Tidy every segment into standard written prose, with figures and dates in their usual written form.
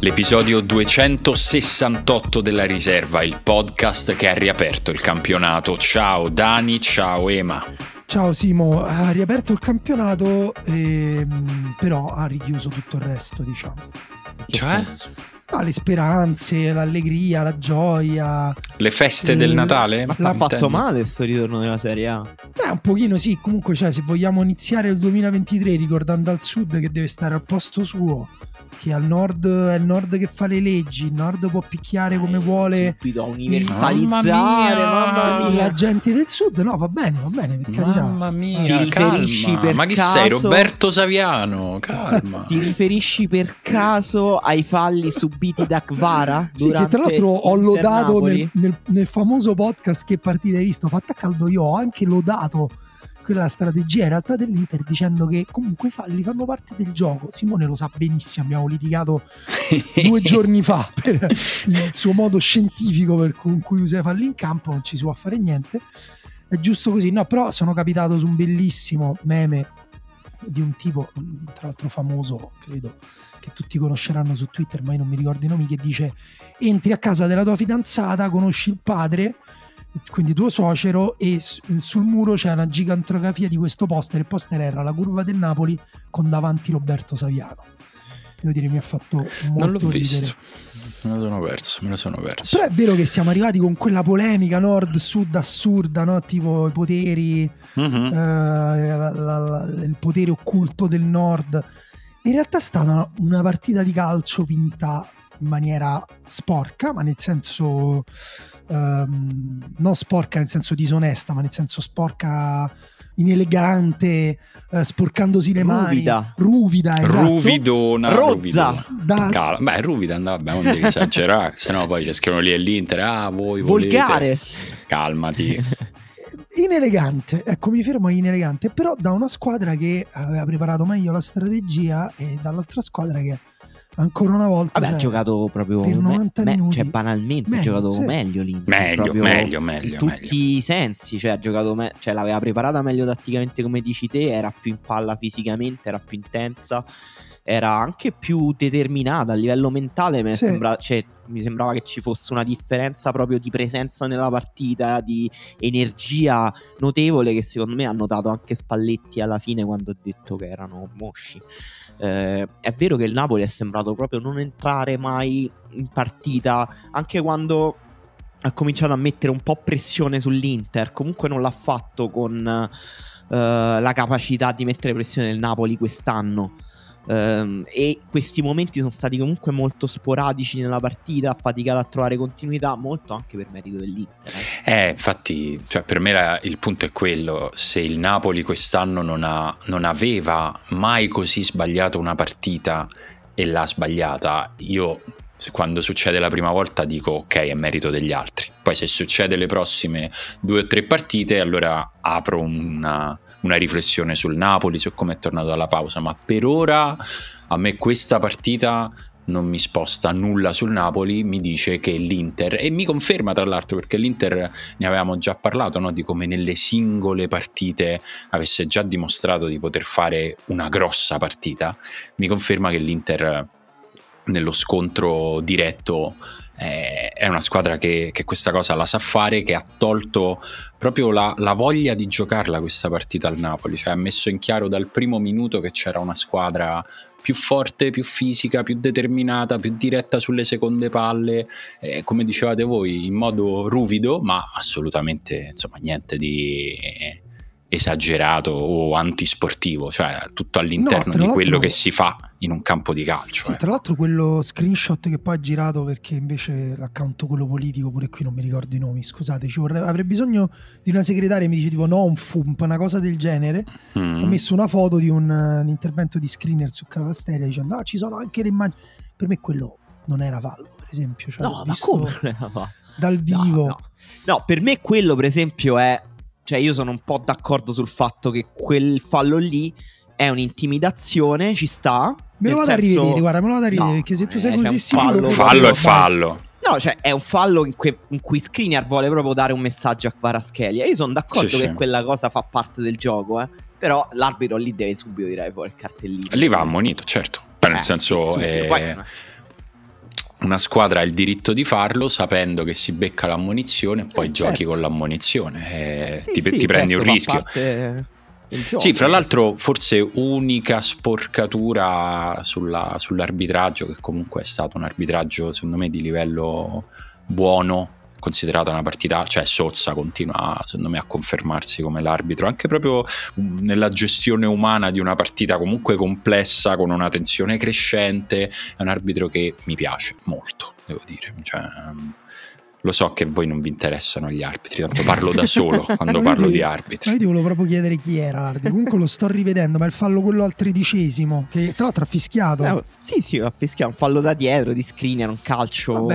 L'episodio 268 della Riserva, il podcast che ha riaperto il campionato. Ciao Dani, ciao Ema. Ciao Simo, ha riaperto il campionato, però ha richiuso tutto il resto, diciamo. Cioè? Le speranze, l'allegria, la gioia. Le feste del Natale? Ma t'ha fatto male sto ritorno della Serie A? Un pochino sì, comunque se vogliamo iniziare il 2023 ricordando al sud che deve stare al posto suo, che al nord è il nord che fa le leggi, il nord può picchiare come vuole, subito universalizzare, mamma mia. La gente del sud, no, va bene, per carità. Mamma mia, ti riferisci calma. per Ma chi caso... sei, Roberto Saviano? Calma. Ti riferisci per caso ai falli subiti da Kvara? Sì, che tra l'altro ho lodato nel famoso podcast Che partita hai visto? Fatta a caldo, io ho anche lodato quella strategia in realtà dell'Inter, dicendo che comunque i falli fanno parte del gioco. Simone lo sa benissimo, abbiamo litigato 2 giorni fa per il suo modo scientifico con cui usa i falli in campo, non ci si può fare niente, è giusto così. No, però sono capitato su un bellissimo meme di un tipo, tra l'altro famoso, credo che tutti conosceranno su Twitter, ma io non mi ricordo i nomi, che dice: entri a casa della tua fidanzata, conosci il padre, quindi tuo suocero, e sul muro c'è una gigantografia di questo poster. Il poster era la curva del Napoli con davanti Roberto Saviano. Devo dire, mi ha fatto molto non l'ho ridere. visto, me lo sono perso. Però è vero che siamo arrivati con quella polemica nord-sud assurda, no? Tipo i poteri, il potere occulto del nord. In realtà è stata una partita di calcio vinta in maniera sporca, ma nel senso non sporca nel senso disonesta, ma nel senso sporca, inelegante, sporcandosi le mani, ruvida, esatto. Ruvidona, rozza. Beh, ruvida andava bene, non devi esagerare, sennò poi ci scrivono lì all'Inter: voi volgare. Calmati. Inelegante, ecco, mi fermo a inelegante, però da una squadra che aveva preparato meglio la strategia e dall'altra squadra che ancora una volta ha giocato proprio per 90 minuti, cioè banalmente ha giocato meglio l'Inter, meglio, tutti i sensi, cioè ha giocato cioè l'aveva preparata meglio tatticamente, come dici te, era più in palla fisicamente, era più intensa, era anche più determinata a livello mentale. Mi sembrava che ci fosse una differenza proprio di presenza nella partita, di energia notevole, che secondo me ha notato anche Spalletti alla fine quando ha detto che erano mosci. È vero che il Napoli è sembrato proprio non entrare mai in partita, anche quando ha cominciato a mettere un po' pressione sull'Inter. Comunque non l'ha fatto con la capacità di mettere pressione del Napoli quest'anno. E questi momenti sono stati comunque molto sporadici nella partita, ha faticato a trovare continuità, molto anche per merito dell'Inter. Infatti, cioè, per me il punto è quello: se il Napoli quest'anno non aveva mai così sbagliato una partita e l'ha sbagliata, io quando succede la prima volta dico ok, è merito degli altri. Poi se succede le prossime 2 o 3 partite, allora apro una riflessione sul Napoli, su come è tornato dalla pausa. Ma per ora a me questa partita non mi sposta nulla sul Napoli, mi dice che l'Inter, e mi conferma tra l'altro, perché l'Inter ne avevamo già parlato, no? Di come nelle singole partite avesse già dimostrato di poter fare una grossa partita. Mi conferma che l'Inter nello scontro diretto è una squadra che questa cosa la sa fare, che ha tolto proprio la voglia di giocarla questa partita al Napoli. Cioè ha messo in chiaro dal primo minuto che c'era una squadra più forte, più fisica, più determinata, più diretta sulle seconde palle, come dicevate voi, in modo ruvido, ma assolutamente, insomma, niente di esagerato o antisportivo, cioè tutto all'interno di quello che si fa in un campo di calcio. Sì, tra l'altro quello screenshot che poi ha girato, perché invece l'account quello politico, pure qui non mi ricordo i nomi, scusate, avrei bisogno di una segretaria, mi dice tipo non fump, una cosa del genere. Ho messo una foto di un intervento di Screener su Cravasteria dicendo ci sono anche le immagini. Per me quello non era fallo, per esempio, cioè, no, ma come non era fallo? Dal vivo no, per me quello per esempio è, cioè io sono un po' d'accordo sul fatto che quel fallo lì è un'intimidazione, ci sta. Me lo vado a rivedere, guarda, me lo vado a rivedere, perché se tu sei così sicuro, fallo è fallo. No, cioè è un fallo in cui Skriniar vuole proprio dare un messaggio a Kvaratskhelia. Io sono d'accordo che quella cosa fa parte del gioco, però l'arbitro lì deve subito tirare fuori il cartellino. Lì va ammonito, certo. Nel senso poi, una squadra ha il diritto di farlo sapendo che si becca l'ammonizione e poi giochi certo. con l'ammonizione, Sì, ti prendi un rischio. Sì, fra l'altro forse unica sporcatura sull'arbitraggio, che comunque è stato un arbitraggio secondo me di livello buono, considerata una partita, cioè Sozza continua secondo me a confermarsi come l'arbitro anche proprio nella gestione umana di una partita comunque complessa, con una tensione crescente. È un arbitro che mi piace molto, devo dire, cioè, lo so che a voi non vi interessano gli arbitri, tanto parlo da solo quando parlo di arbitri. Io ti volevo proprio chiedere chi era l'arbitro. Comunque lo sto rivedendo, ma il fallo quello al 13°, che tra l'altro ha fischiato. Sì, ha fischiato un fallo da dietro di Skriniar, un calcio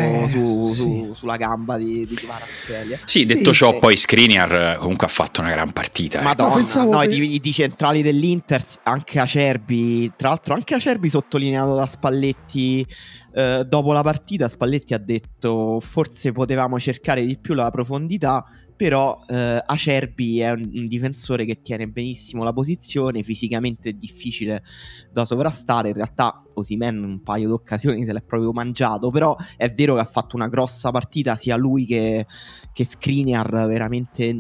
sulla gamba di Kvaratskhelia. Sì, detto ciò, poi Skriniar comunque ha fatto una gran partita. Madonna, i centrali dell'Inter, anche Acerbi, tra l'altro anche Acerbi sottolineato da Spalletti. Dopo la partita Spalletti ha detto forse potevamo cercare di più la profondità, però Acerbi è un difensore che tiene benissimo la posizione, fisicamente è difficile da sovrastare. In realtà Osimhen un paio di occasioni se l'è proprio mangiato, però è vero che ha fatto una grossa partita sia lui che Skriniar, veramente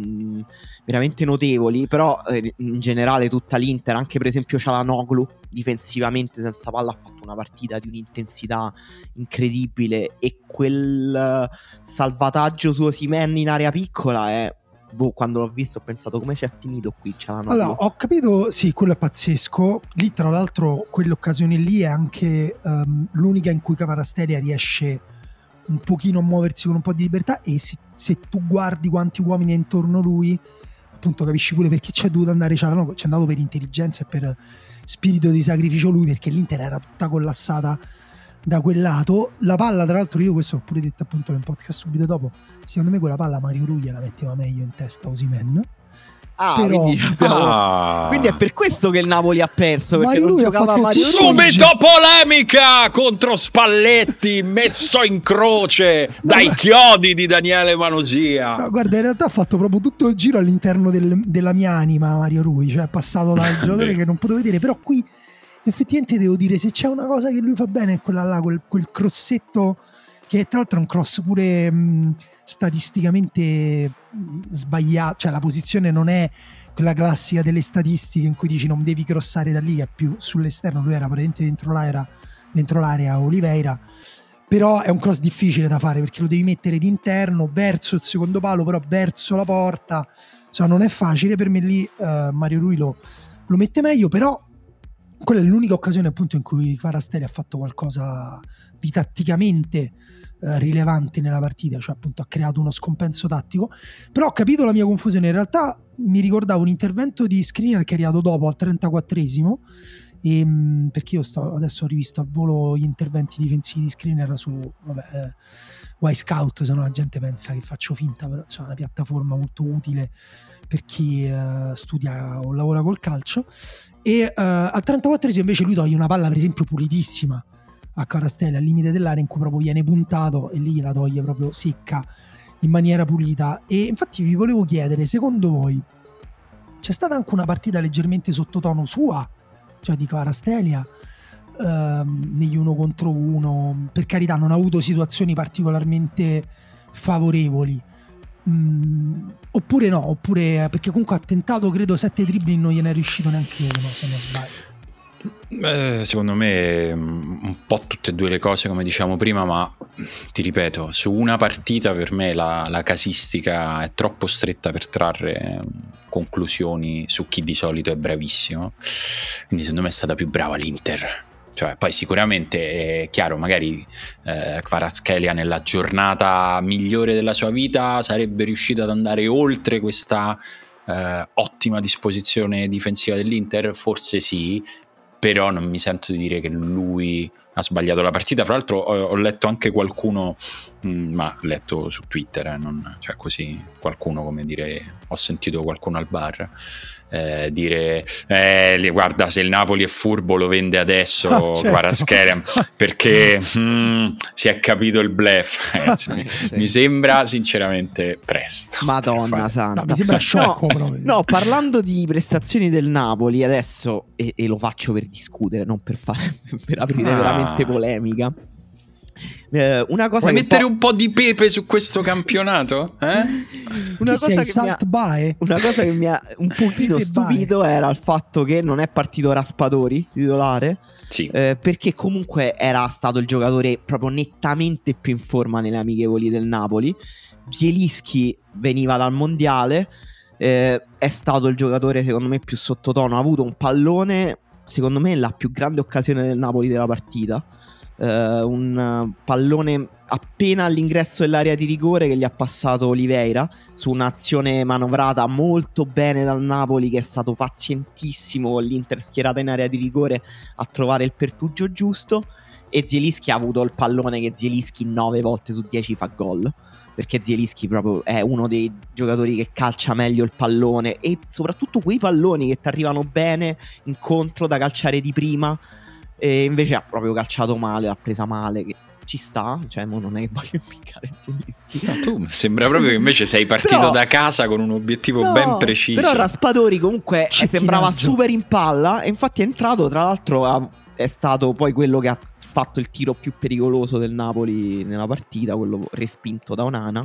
notevoli. Però in generale tutta l'Inter, anche per esempio Çalhanoğlu, difensivamente senza palla ha fatto una partita di un'intensità incredibile, e quel salvataggio su Osimhen in area piccola è... quando l'ho visto ho pensato come c'è finito qui Çalhanoğlu. Allora, ho capito, sì, quello è pazzesco. Lì tra l'altro quell'occasione lì è anche l'unica in cui Kvaratskhelia riesce un pochino a muoversi con un po' di libertà, e se tu guardi quanti uomini è intorno a lui, appunto capisci pure perché c'è dovuto andare Çalhanoğlu. C'è andato per intelligenza e per spirito di sacrificio lui, perché l'Inter era tutta collassata da quel lato. La palla, tra l'altro, io questo l'ho pure detto appunto nel podcast subito dopo, secondo me quella palla Mario Rui la metteva meglio in testa Osimhen. Però... quindi è per questo che il Napoli ha perso, perché Mario non Rui giocava Mario Rui. Subito polemica contro Spalletti, messo in croce dai chiodi di Daniele Manosia. No, guarda, in realtà ha fatto proprio tutto il giro all'interno della mia anima Mario Rui, cioè è passato dal giocatore che non potevo vedere. Però qui effettivamente devo dire, se c'è una cosa che lui fa bene è quella là, quel crossetto, che tra l'altro è un cross pure statisticamente sbagliato, cioè la posizione non è quella classica delle statistiche in cui dici non devi crossare da lì, che è più sull'esterno. Lui era praticamente dentro l'area Oliveira, però è un cross difficile da fare perché lo devi mettere d'interno verso il secondo palo, però verso la porta, insomma non è facile. Per me lì Mario Rui lo mette meglio, però quella è l'unica occasione appunto in cui Kvaratskhelia ha fatto qualcosa di tatticamente rilevante nella partita, cioè appunto ha creato uno scompenso tattico. Però ho capito la mia confusione, in realtà mi ricordavo un intervento di Skriniar che è arrivato dopo al 34°, perché io adesso ho rivisto al volo gli interventi difensivi di Skriniar su Wisecout, se no la gente pensa che faccio finta, però c'è una piattaforma molto utile per chi studia o lavora col calcio. E al 34° invece lui toglie una palla per esempio pulitissima a Kvaratskhelia al limite dell'area, in cui proprio viene puntato e lì la toglie proprio secca in maniera pulita. E infatti vi volevo chiedere, secondo voi c'è stata anche una partita leggermente sottotono sua, cioè di Kvaratskhelia, negli 1 contro 1? Per carità, non ha avuto situazioni particolarmente favorevoli, oppure no, oppure perché comunque ha tentato credo 7 dribbling, non gliene è riuscito neanche uno, se non sbaglio. Secondo me un po' tutte e due le cose, come diciamo prima, ma ti ripeto, su una partita per me la casistica è troppo stretta per trarre conclusioni su chi di solito è bravissimo. Quindi secondo me è stata più brava l'Inter. Cioè, poi sicuramente è chiaro, magari Kvaratskhelia nella giornata migliore della sua vita sarebbe riuscita ad andare oltre questa ottima disposizione difensiva dell'Inter, forse sì, però non mi sento di dire che lui ha sbagliato la partita. Fra l'altro ho letto anche qualcuno, ma ho letto su Twitter, cioè così, qualcuno, come dire, ho sentito qualcuno al bar dire guarda, se il Napoli è furbo lo vende adesso, certo. Kvaratskhelia, perché si è capito il bluff. Mi sembra sinceramente presto. Madonna santa, no, mi sembra sciocco. No, parlando di prestazioni del Napoli adesso, e lo faccio per discutere, non per aprire veramente polemica. Una cosa vuoi mettere un po' di pepe su questo campionato? Una cosa che mi ha un pochino stupito era il fatto che non è partito Raspadori titolare. Sì. Perché comunque era stato il giocatore proprio nettamente più in forma nelle amichevoli del Napoli. Zielinski veniva dal mondiale, è stato il giocatore secondo me più sottotono, ha avuto un pallone, secondo me la più grande occasione del Napoli della partita, un pallone appena all'ingresso dell'area di rigore che gli ha passato Oliveira su un'azione manovrata molto bene dal Napoli, che è stato pazientissimo con l'Inter schierata in area di rigore a trovare il pertugio giusto, e Zielinski ha avuto il pallone che Zielinski 9 volte su 10 fa gol, perché Zielinski proprio è uno dei giocatori che calcia meglio il pallone, e soprattutto quei palloni che ti arrivano bene incontro da calciare di prima. E invece ha proprio calciato male, l'ha presa male, che ci sta, cioè non è che voglio impiccare Zielinski. No, tu sembra proprio che invece sei partito da casa con un obiettivo ben preciso. Però Raspadori comunque sembrava super in palla, e infatti è entrato, tra l'altro è stato poi quello che ha fatto il tiro più pericoloso del Napoli nella partita, quello respinto da Onana.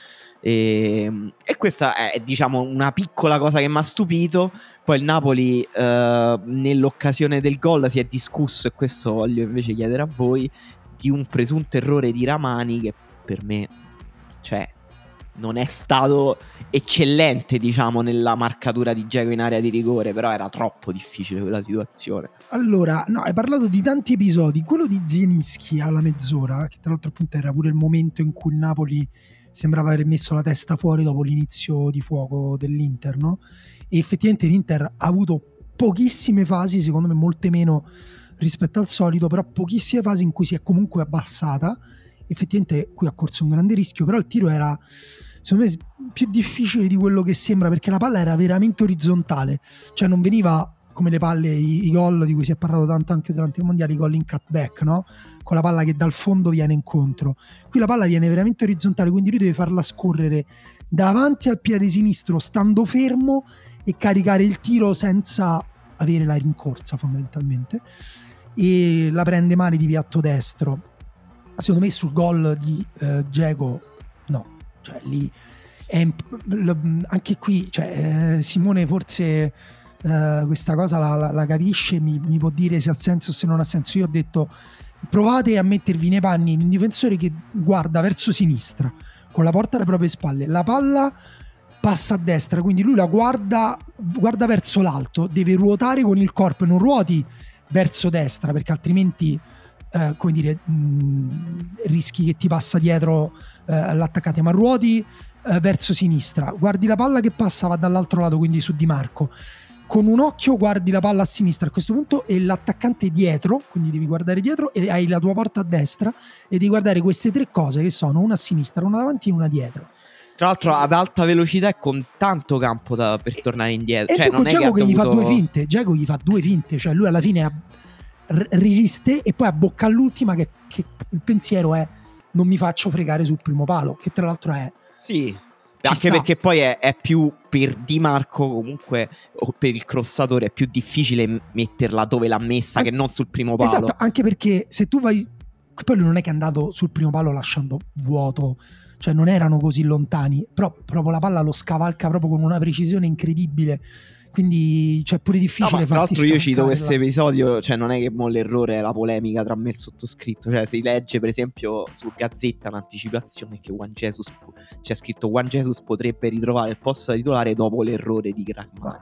E questa è, diciamo, una piccola cosa che mi ha stupito. Poi il Napoli nell'occasione del gol si è discusso, e questo voglio invece chiedere a voi, di un presunto errore di Ramani che per me, cioè, non è stato eccellente, diciamo, nella marcatura di Dzeko in area di rigore, però era troppo difficile quella situazione. Allora, no, hai parlato di tanti episodi. Quello di Zielinski alla mezz'ora, che tra l'altro appunto era pure il momento in cui il Napoli sembrava aver messo la testa fuori dopo l'inizio di fuoco dell'Inter, no? E effettivamente l'Inter ha avuto pochissime fasi, secondo me molte meno rispetto al solito, però pochissime fasi in cui si è comunque abbassata. Effettivamente qui ha corso un grande rischio, però il tiro era, secondo me, più difficile di quello che sembra, perché la palla era veramente orizzontale, cioè non veniva come le palle, i gol di cui si è parlato tanto anche durante il mondiale, i gol in cutback, no? Con la palla che dal fondo viene incontro. Qui la palla viene veramente orizzontale, quindi lui deve farla scorrere davanti al piede sinistro stando fermo e caricare il tiro senza avere la rincorsa, fondamentalmente, e la prende male di piatto destro. Secondo me sul gol di Dzeko no, cioè lì anche qui, cioè, Simone forse questa cosa la capisce, mi può dire se ha senso o se non ha senso. Io ho detto: provate a mettervi nei panni di un difensore che guarda verso sinistra con la porta alle proprie spalle, la palla passa a destra, quindi lui la guarda verso l'alto, deve ruotare con il corpo e non ruoti verso destra, perché altrimenti come dire, rischi che ti passa dietro l'attaccante, ma ruoti verso sinistra, guardi la palla che passa, va dall'altro lato, quindi su Di Marco, con un occhio guardi la palla a sinistra a questo punto e l'attaccante dietro, quindi devi guardare dietro e hai la tua porta a destra e devi guardare queste tre cose che sono una a sinistra, una davanti e una dietro. Tra l'altro ad alta velocità e con tanto campo per tornare indietro. E cioè, poi Dzeko che gli fa due finte. Dzeko gli fa due finte, cioè lui alla fine resiste e poi abbocca all'ultima che il pensiero è: non mi faccio fregare sul primo palo, che tra l'altro è... Sì, anche perché poi è più per Di Marco comunque, o per il crossatore è più difficile metterla dove l'ha messa che non sul primo palo. Esatto, anche perché se tu vai... Poi lui non è che è andato sul primo palo lasciando vuoto, cioè non erano così lontani, però proprio la palla lo scavalca proprio con una precisione incredibile, quindi cioè pure difficile. No, tra l'altro io cito questo episodio, cioè non è che l'errore è la polemica tra me e il sottoscritto, cioè si legge per esempio su Gazzetta un'anticipazione che Juan Jesus, c'è scritto Juan Jesus potrebbe ritrovare il posto da titolare dopo l'errore di Grakman.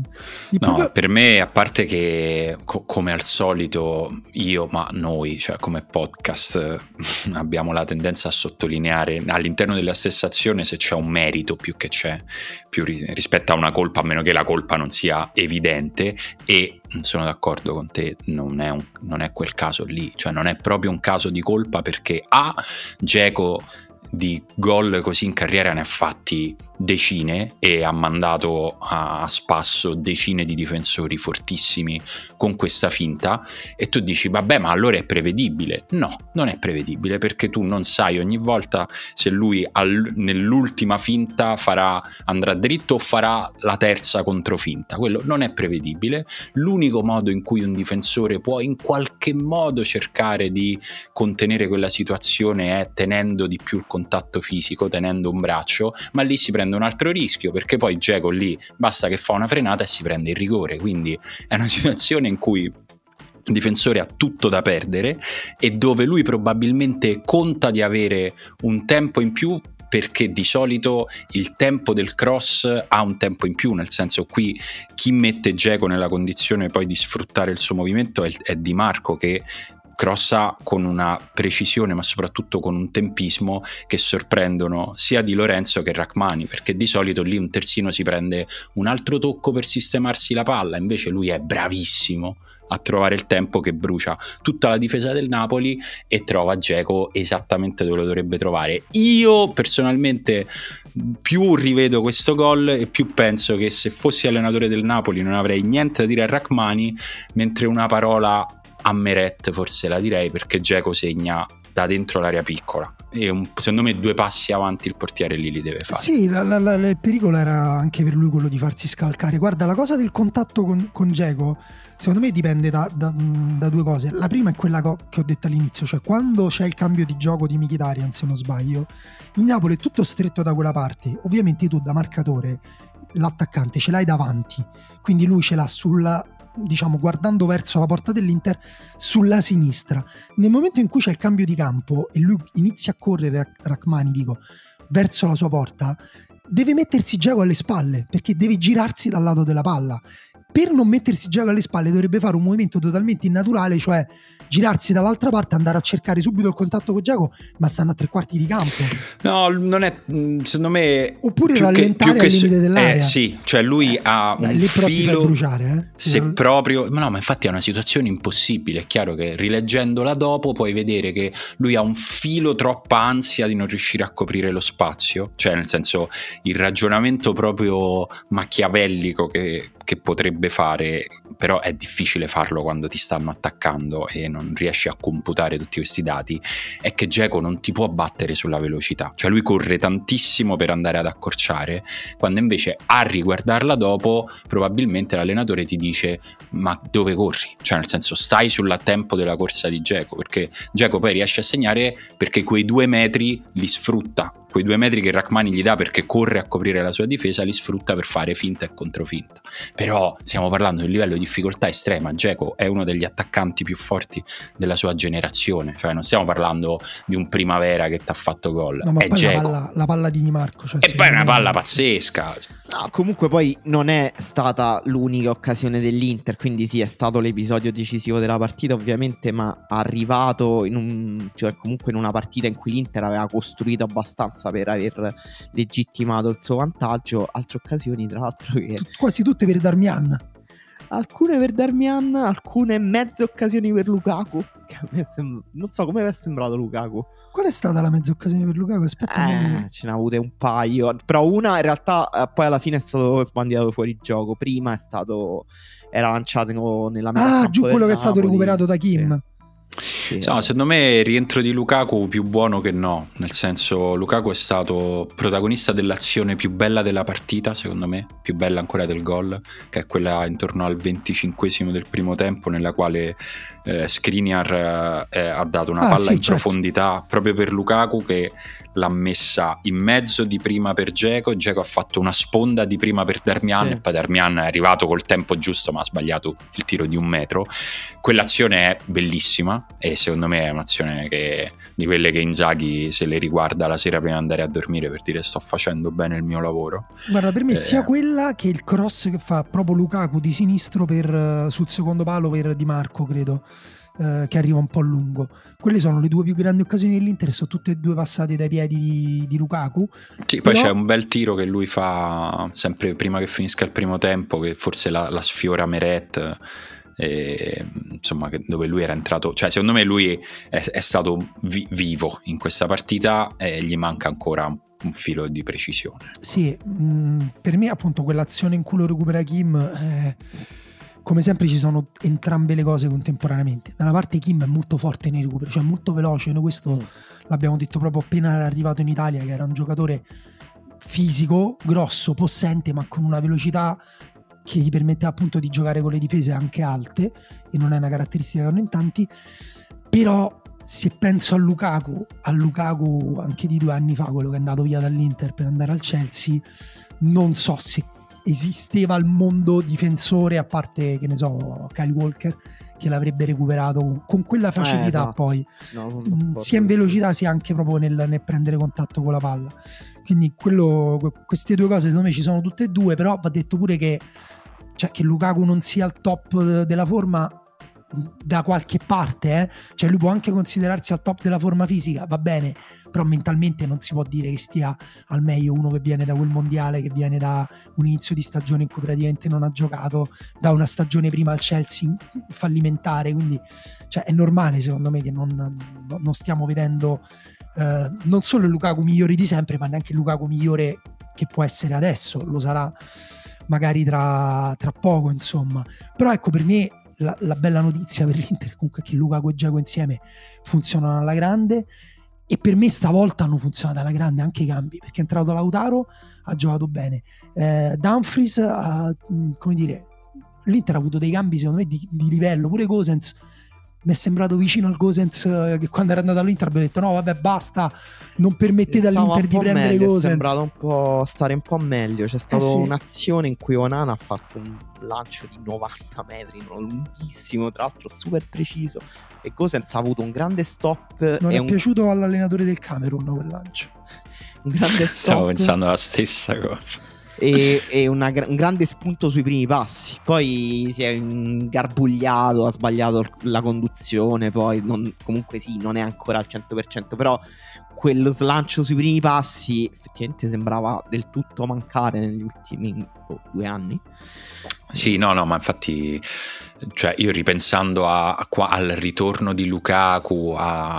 No, per me, a parte che come al solito noi, cioè come podcast abbiamo la tendenza a sottolineare all'interno della stessa azione se c'è un merito più rispetto a una colpa, a meno che la colpa non sia evidente, e sono d'accordo con te, non è quel caso lì, cioè non è proprio un caso di colpa, perché Dzeko di gol così in carriera ne ha fatti decine e ha mandato a spasso decine di difensori fortissimi con questa finta, e tu dici vabbè, ma allora è prevedibile. No, non è prevedibile, perché tu non sai ogni volta se lui nell'ultima finta andrà dritto o farà la terza controfinta. Quello non è prevedibile. L'unico modo in cui un difensore può in qualche modo cercare di contenere quella situazione è tenendo di più il contatto fisico, tenendo un braccio, ma lì si prende un altro rischio, perché poi Dzeko lì basta che fa una frenata e si prende il rigore, quindi è una situazione in cui il difensore ha tutto da perdere e dove lui probabilmente conta di avere un tempo in più, perché di solito il tempo del cross ha un tempo in più, nel senso, qui chi mette Dzeko nella condizione poi di sfruttare il suo movimento è Di Marco, che crossa con una precisione ma soprattutto con un tempismo che sorprendono sia Di Lorenzo che Rrahmani, perché di solito lì un terzino si prende un altro tocco per sistemarsi la palla, invece lui è bravissimo a trovare il tempo che brucia tutta la difesa del Napoli e trova Dzeko esattamente dove lo dovrebbe trovare. Io personalmente più rivedo questo gol e più penso che se fossi allenatore del Napoli non avrei niente da dire a Rrahmani, mentre una parola a Meret forse la direi, perché Dzeko segna da dentro l'area piccola e secondo me 2 passi avanti il portiere lì li deve fare. Sì, il pericolo era anche per lui quello di farsi scalcare. Guarda, la cosa del contatto con Dzeko secondo me dipende da 2 cose. La prima è quella che ho detto all'inizio, cioè quando c'è il cambio di gioco di Mkhitaryan, se non sbaglio, il Napoli è tutto stretto da quella parte. Ovviamente tu da marcatore l'attaccante ce l'hai davanti, quindi lui ce l'ha guardando verso la porta dell'Inter sulla sinistra. Nel momento in cui c'è il cambio di campo e lui inizia a correre, Rrahmani verso la sua porta, deve mettersi Dzeko alle spalle, perché deve girarsi dal lato della palla. Per non mettersi Dzeko alle spalle dovrebbe fare un movimento totalmente innaturale, cioè girarsi dall'altra parte, andare a cercare subito il contatto con Dzeko, ma stanno a 3/4 di campo. No, non è, secondo me, oppure rallentare al limite dell'area. Sì, cioè lui ha un lì filo bruciare, se proprio, ma infatti è una situazione impossibile. È chiaro che rileggendola dopo puoi vedere che lui ha un filo troppa ansia di non riuscire a coprire lo spazio, cioè nel senso, il ragionamento proprio machiavellico che potrebbe fare, però è difficile farlo quando ti stanno attaccando e non riesci a computare tutti questi dati, è che Dzeko non ti può battere sulla velocità, cioè lui corre tantissimo per andare ad accorciare, quando invece a riguardarla dopo probabilmente l'allenatore ti dice ma dove corri? Cioè nel senso, stai sul tempo della corsa di Dzeko, perché Dzeko poi riesce a segnare perché quei 2 metri li sfrutta, quei 2 metri che Rrahmani gli dà perché corre a coprire la sua difesa, li sfrutta per fare finta e controfinta. Però stiamo parlando di un livello di difficoltà estrema. Dzeko è uno degli attaccanti più forti della sua generazione, cioè non stiamo parlando di un Primavera che ti ha fatto gol, no, ma è poi Dzeko. La palla di Di Marco, cioè, e poi è una palla pazzesca. No, comunque poi non è stata l'unica occasione dell'Inter, quindi sì, è stato l'episodio decisivo della partita ovviamente, ma arrivato cioè comunque in una partita in cui l'Inter aveva costruito abbastanza per aver legittimato il suo vantaggio. Altre occasioni tra l'altro che quasi tutte per Darmian, alcune per Darmian, alcune mezze occasioni per Lukaku, che a me non so come vi è sembrato Lukaku. Qual è stata la mezza occasione per Lukaku? Aspetta, ce n'ha avute un paio, però una in realtà poi alla fine è stato sbandierato fuori gioco. Prima era lanciato nella metà campo giù quello che è Napoli. stato recuperato da Kim. Sì. No, secondo me il rientro di Lukaku più buono che no, nel senso, Lukaku è stato protagonista dell'azione più bella della partita, secondo me, più bella ancora del gol, che è quella intorno al 25esimo del primo tempo, nella quale Skriniar ha dato una palla in profondità proprio per Lukaku, che l'ha messa in mezzo di prima per Dzeko ha fatto una sponda di prima per Darmian, e poi Darmian è arrivato col tempo giusto ma ha sbagliato il tiro di 1 metro. Quell'azione è bellissima e secondo me è un'azione di quelle che Inzaghi se le riguarda la sera prima di andare a dormire per dire sto facendo bene il mio lavoro. Guarda, per me sia quella che il cross che fa proprio Lukaku di sinistro sul secondo palo per Di Marco, credo, che arriva un po' lungo. Quelle sono le 2 più grandi occasioni dell'Inter, sono tutte e 2 passate dai piedi di Lukaku. Sì, poi c'è un bel tiro che lui fa sempre prima che finisca il primo tempo, che forse la sfiora Meret, insomma, dove lui era entrato, cioè secondo me lui è stato vivo in questa partita e gli manca ancora un filo di precisione. Sì, per me appunto quell'azione in cui lo recupera Kim, come sempre ci sono entrambe le cose contemporaneamente. Da una parte Kim è molto forte nei recuperi, cioè molto veloce, noi questo l'abbiamo detto proprio appena arrivato in Italia, che era un giocatore fisico, grosso, possente, ma con una velocità che gli permetteva appunto di giocare con le difese anche alte, e non è una caratteristica che hanno in tanti. Però se penso a Lukaku anche di 2 anni fa, quello che è andato via dall'Inter per andare al Chelsea, non so se esisteva il mondo difensore, a parte, che ne so, Kyle Walker, che l'avrebbe recuperato con quella facilità. Esatto. Poi sia in velocità sia anche proprio nel prendere contatto con la palla. Quindi queste 2 cose secondo me ci sono tutte e 2, però va detto pure che Lukaku non sia al top della forma da qualche parte, cioè lui può anche considerarsi al top della forma fisica, va bene, però mentalmente non si può dire che stia al meglio uno che viene da quel mondiale, che viene da un inizio di stagione in cui praticamente non ha giocato, da una stagione prima al Chelsea fallimentare. Quindi è normale secondo me che non stiamo vedendo non solo il Lukaku migliore di sempre, ma neanche il Lukaku migliore che può essere adesso. Lo sarà magari tra poco, insomma. Però ecco, per me la bella notizia per l'Inter comunque è che Lukaku e Dzeko insieme funzionano alla grande, e per me stavolta hanno funzionato alla grande anche i cambi, perché è entrato Lautaro, ha giocato bene, Dumfries, come dire, l'Inter ha avuto dei cambi secondo me di livello. Pure Gosens mi è sembrato vicino al Gosens che quando era andato all'Inter abbiamo detto no vabbè basta, non permettete all'Inter di prendere Gosens. È sembrato stare un po' meglio. C'è stata un'azione in cui Onana ha fatto un lancio di 90 metri, lunghissimo, tra l'altro super preciso, e Gosens ha avuto un grande stop. Non è piaciuto all'allenatore del Camerun quel lancio, un grande stop. Stavo pensando la stessa cosa. E un grande spunto sui primi passi. Poi si è ingarbugliato, ha sbagliato la conduzione. Poi comunque sì, non è ancora al 100%, però quello slancio sui primi passi effettivamente sembrava del tutto mancare negli ultimi 2 anni. Sì, no, ma infatti, cioè io ripensando al ritorno di Lukaku,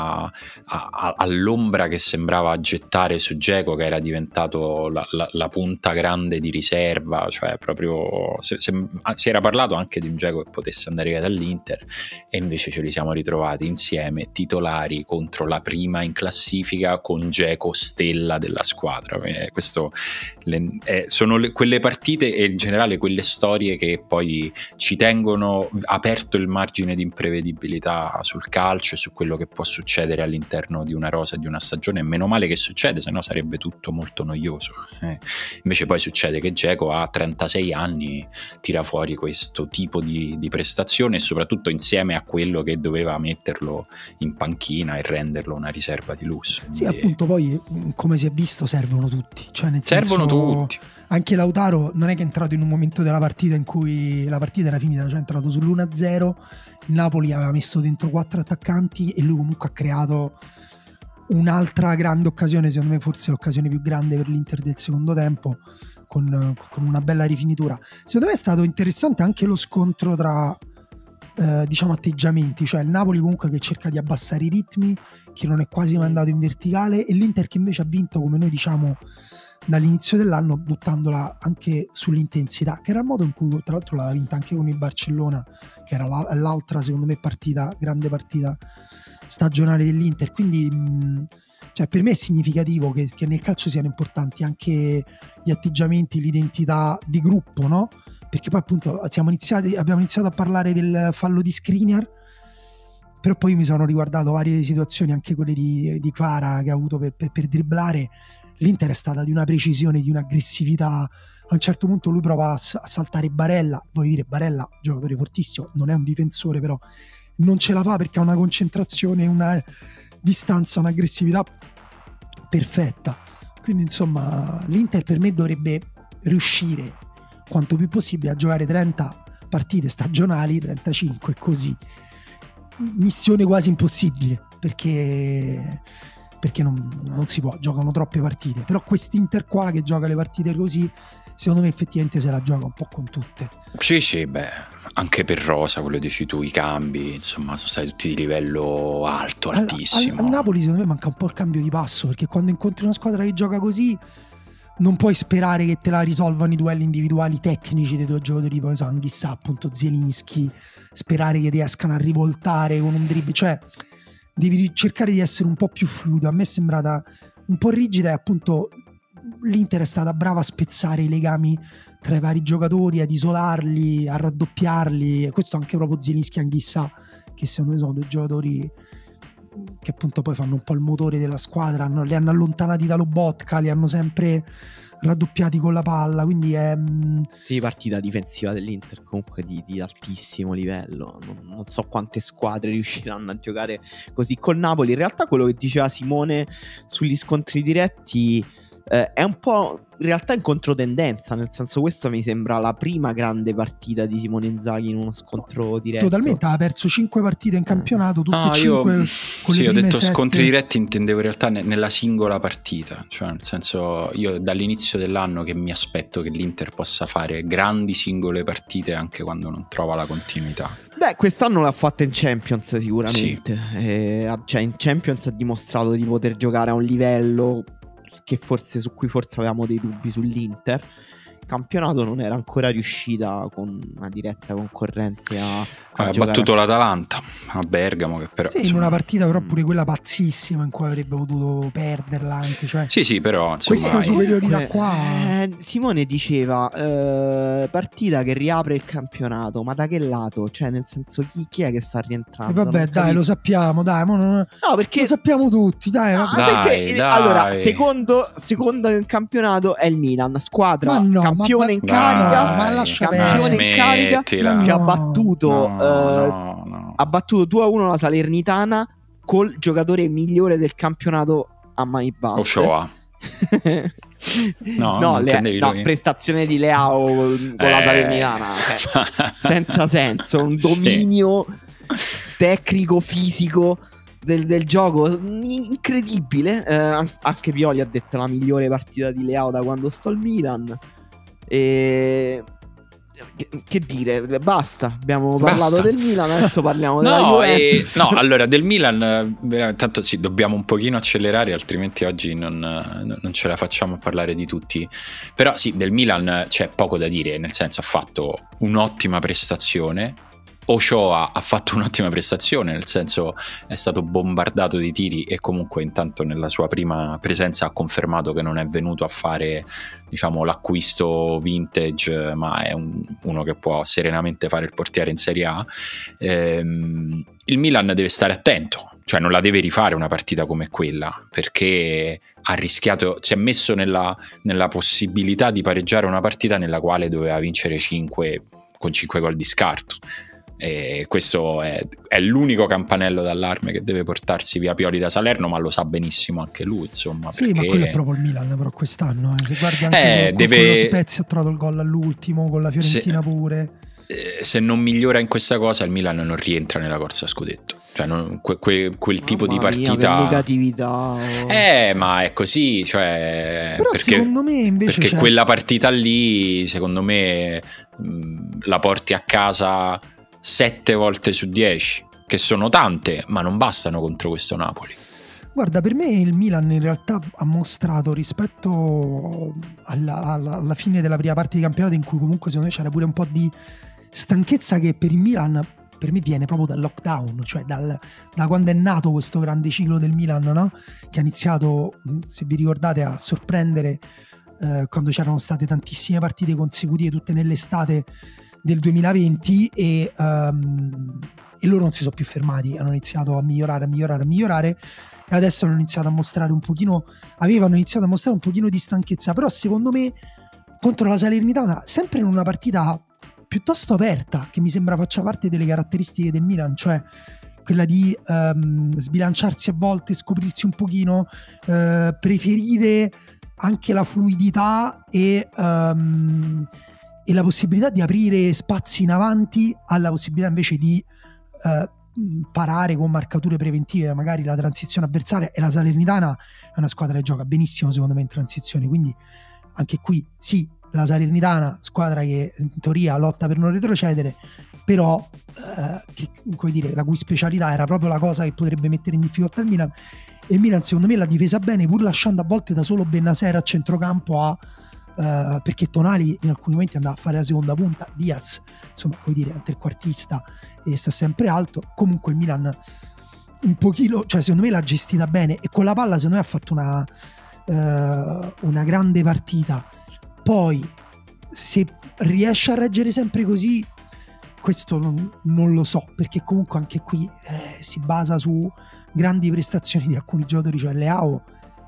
all'ombra che sembrava gettare su Dzeko, che era diventato la punta grande di riserva, cioè proprio si era parlato anche di un Dzeko che potesse andare via dall'Inter, e invece ce li siamo ritrovati insieme titolari contro la prima in classifica, con Dzeko stella della squadra. Questo sono quelle partite e in generale quelle storie che poi ci tengono aperto il margine di imprevedibilità sul calcio e su quello che può succedere all'interno di una rosa e di una stagione. E meno male che succede, sennò sarebbe tutto molto noioso. Invece poi succede che Dzeko a 36 anni tira fuori questo tipo di prestazione, e soprattutto insieme a quello che doveva metterlo in panchina e renderlo una riserva di lusso. Sì, appunto, poi come si è visto servono tutti, cioè nel servono senso, tutti. Anche Lautaro non è che è entrato in un momento della partita in cui la partita era finita, cioè è entrato sull'1-0, il Napoli aveva messo dentro 4 attaccanti e lui comunque ha creato un'altra grande occasione, secondo me forse l'occasione più grande per l'Inter del secondo tempo, con una bella rifinitura. Secondo me è stato interessante anche lo scontro tra diciamo atteggiamenti, cioè il Napoli comunque che cerca di abbassare i ritmi, che non è quasi mai andato in verticale, e l'Inter che invece ha vinto, come noi diciamo dall'inizio dell'anno, buttandola anche sull'intensità, che era il modo in cui tra l'altro l'aveva vinta anche con il Barcellona, che era l'altra secondo me grande partita stagionale dell'Inter. Quindi cioè per me è significativo che nel calcio siano importanti anche gli atteggiamenti, l'identità di gruppo, no? Perché poi appunto abbiamo iniziato a parlare del fallo di Skriniar, però poi mi sono riguardato varie situazioni, anche quelle di Kvara che ha avuto per dribblare. L'Inter è stata di una precisione, di un'aggressività. A un certo punto lui prova a saltare Barella, voglio dire, Barella, giocatore fortissimo, non è un difensore, però non ce la fa perché ha una concentrazione, una distanza, un'aggressività perfetta. Quindi insomma l'Inter per me dovrebbe riuscire quanto più possibile a giocare 30 partite stagionali, 35 così. Missione quasi impossibile, perché non si può, giocano troppe partite. Però quest'Inter qua che gioca le partite così, secondo me effettivamente se la gioca un po' con tutte. Sì, beh, anche per rosa, quello dici tu, i cambi, insomma, sono stati tutti di livello alto, altissimo. Al Napoli secondo me manca un po' il cambio di passo, perché quando incontri una squadra che gioca così non puoi sperare che te la risolvano i duelli individuali tecnici dei due giocatori, tipo Anghissà, appunto Zielinski, sperare che riescano a rivoltare con un dribbling, cioè devi cercare di essere un po' più fluido. A me è sembrata un po' rigida e appunto l'Inter è stata brava a spezzare i legami tra i vari giocatori, ad isolarli, a raddoppiarli, e questo anche proprio Zielinski e Anghissà, che secondo me sono due giocatori che appunto poi fanno un po' il motore della squadra, li hanno allontanati da Lobotka, li hanno sempre raddoppiati con la palla, quindi è sì, partita difensiva dell'Inter comunque di altissimo livello. Non so quante squadre riusciranno a giocare così col Napoli. In realtà quello che diceva Simone sugli scontri diretti è un po' in realtà in controtendenza, nel senso, questo mi sembra la prima grande partita di Simone Inzaghi in uno scontro diretto. Totalmente, ha perso 5 partite in campionato, tutte e 5 con sì, le ho detto 7. Scontri diretti, intendevo in realtà nella singola partita, cioè nel senso, io dall'inizio dell'anno che mi aspetto che l'Inter possa fare grandi singole partite anche quando non trova la continuità. Beh, quest'anno l'ha fatta in Champions sicuramente, sì. Cioè in Champions ha dimostrato di poter giocare a un livello su cui forse avevamo dei dubbi sull'Inter. Il campionato non era ancora riuscita con una diretta concorrente a ha battuto l'Atalanta a Bergamo, che però sì, insomma, in una partita però pure quella pazzissima in cui avrebbe potuto perderla anche, cioè sì, però insomma, questa superiorità qua Simone diceva partita che riapre il campionato, ma da che lato? Cioè nel senso, chi è che sta rientrando? E vabbè, dai, lo sappiamo, dai, no, perché lo sappiamo tutti, dai, perché allora secondo in campionato è il Milan, squadra campione in carica, ma lascia campione in carica, che ha battuto ha battuto 2-1 la Salernitana col giocatore migliore del campionato a mani basse, Ochoa. no, prestazione di Leao con la Salernitana, senza senso, un dominio tecnico, fisico del gioco incredibile. Anche Pioli ha detto la migliore partita di Leao da quando sto al Milan. Che dire, basta, abbiamo parlato del Milan, adesso parliamo della Juventus. Allora del Milan tanto sì, dobbiamo un pochino accelerare, altrimenti oggi non ce la facciamo a parlare di tutti. Però sì, del Milan c'è poco da dire, nel senso, ha fatto un'ottima prestazione. Ochoa ha fatto un'ottima prestazione, nel senso è stato bombardato di tiri e comunque intanto nella sua prima presenza ha confermato che non è venuto a fare, diciamo, l'acquisto vintage, ma è uno che può serenamente fare il portiere in Serie A. Il Milan deve stare attento, cioè non la deve rifare una partita come quella, perché ha rischiato, si è messo nella possibilità di pareggiare una partita nella quale doveva vincere 5 con 5 gol di scarto. E questo è l'unico campanello d'allarme che deve portarsi via Pioli da Salerno, ma lo sa benissimo anche lui, insomma. Sì, perché... ma quello è proprio il Milan però quest'anno, se guardi anche con lo Spezia ha trovato il gol all'ultimo, con la Fiorentina pure. Se non migliora in questa cosa, il Milan non rientra nella corsa a scudetto, cioè quel tipo di partita, che negatività. Ma è così, cioè, però perché, secondo me invece perché quella partita lì, secondo me, la porti a casa 7 volte su 10, che sono tante, ma non bastano contro questo Napoli. Guarda, per me il Milan in realtà ha mostrato, rispetto alla fine della prima parte di campionato, in cui comunque secondo me c'era pure un po' di stanchezza, che per il Milan, per me, viene proprio dal lockdown, cioè da quando è nato questo grande ciclo del Milan, no? Che ha iniziato, se vi ricordate, a sorprendere quando c'erano state tantissime partite consecutive tutte nell'estate del 2020 e loro non si sono più fermati, hanno iniziato a migliorare e adesso avevano iniziato a mostrare un pochino di stanchezza. Però secondo me contro la Salernitana, sempre in una partita piuttosto aperta, che mi sembra faccia parte delle caratteristiche del Milan, cioè quella di sbilanciarsi a volte, scoprirsi un pochino, preferire anche la fluidità e la possibilità di aprire spazi in avanti alla possibilità invece di parare con marcature preventive magari la transizione avversaria. E la Salernitana è una squadra che gioca benissimo secondo me in transizione, quindi anche qui sì, la Salernitana, squadra che in teoria lotta per non retrocedere, però come dire, la cui specialità era proprio la cosa che potrebbe mettere in difficoltà il Milan. E il Milan secondo me l'ha difesa bene, pur lasciando a volte da solo Bennacer a centrocampo perché Tonali in alcuni momenti andava a fare la seconda punta, Diaz insomma, come dire, è un trequartista e sta sempre alto. Comunque il Milan un pochino, cioè secondo me l'ha gestita bene, e con la palla secondo me ha fatto una grande partita. Poi se riesce a reggere sempre così, questo non lo so, perché comunque anche qui si basa su grandi prestazioni di alcuni giocatori, cioè Leao,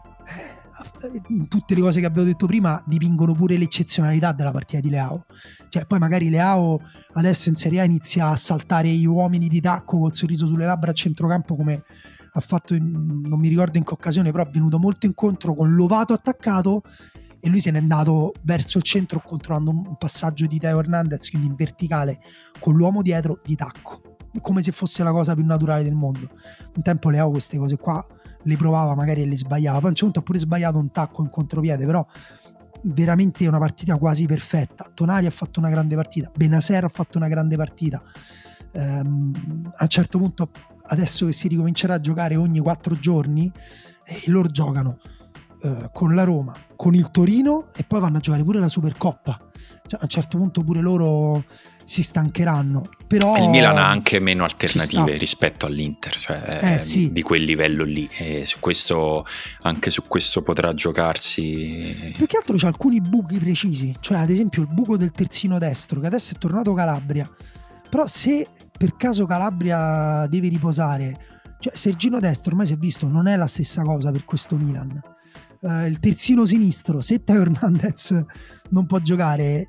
tutte le cose che abbiamo detto prima dipingono pure l'eccezionalità della partita di Leao. Cioè poi magari Leao adesso in Serie A inizia a saltare gli uomini di tacco col sorriso sulle labbra a centrocampo, come ha fatto non mi ricordo in che occasione, però è venuto molto incontro con Lovato attaccato e lui se n'è andato verso il centro controllando un passaggio di Teo Hernandez, quindi in verticale con l'uomo dietro di tacco, come se fosse la cosa più naturale del mondo. Un tempo Leao queste cose qua le provava magari e le sbagliava, poi a un certo punto ha pure sbagliato un tacco in contropiede, però veramente una partita quasi perfetta. Tonali ha fatto una grande partita, Bennacer ha fatto una grande partita. A un certo punto, adesso che si ricomincerà a giocare ogni 4 giorni, loro giocano con la Roma, con il Torino e poi vanno a giocare pure la Supercoppa. Cioè, a un certo punto pure loro si stancheranno. Però il Milan ha anche meno alternative rispetto all'Inter, cioè sì, di quel livello lì, e su questo, anche su questo potrà giocarsi. Più che altro c'ha alcuni buchi precisi, cioè ad esempio il buco del terzino destro, che adesso è tornato Calabria, però se per caso Calabria deve riposare, cioè Sergino destro ormai si è visto non è la stessa cosa per questo Milan. Il terzino sinistro, se Teo Hernandez non può giocare,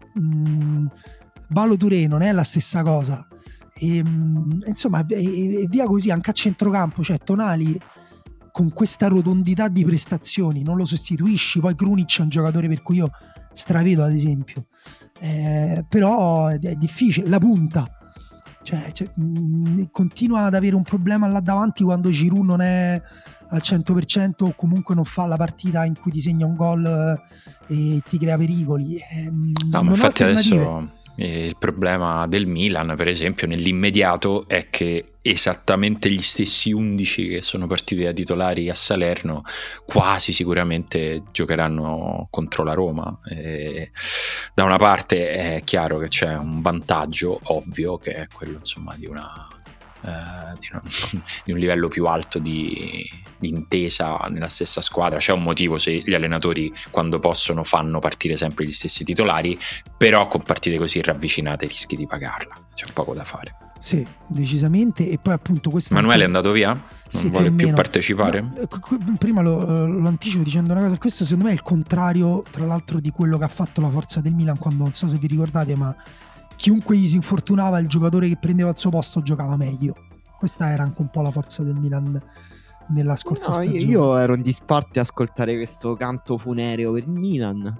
Balo Touré non è la stessa cosa, insomma e via così anche a centrocampo. Cioè Tonali con questa rotondità di prestazioni non lo sostituisci. Poi Krunic è un giocatore per cui io stravedo ad esempio, però è difficile. La punta, cioè, continua ad avere un problema là davanti quando Giroud non è al 100% o comunque non fa la partita in cui ti segna un gol e ti crea pericoli. No, ma infatti adesso il problema del Milan, per esempio, nell'immediato è che esattamente gli stessi 11 che sono partiti da titolari a Salerno quasi sicuramente giocheranno contro la Roma. Da una parte è chiaro che c'è un vantaggio ovvio, che è quello insomma di un livello più alto di intesa nella stessa squadra. C'è un motivo se gli allenatori quando possono fanno partire sempre gli stessi titolari, però con partite così ravvicinate rischi di pagarla, c'è poco da fare. Sì, decisamente. E poi appunto questo Emanuele è andato via? Non vuole più partecipare? No, prima lo anticipo dicendo una cosa: questo secondo me è il contrario tra l'altro di quello che ha fatto la forza del Milan quando, non so se vi ricordate, ma chiunque gli si infortunava, il giocatore che prendeva il suo posto giocava meglio. Questa era anche un po' la forza del Milan nella scorsa stagione. Io ero in disparte a ascoltare questo canto funereo per il Milan.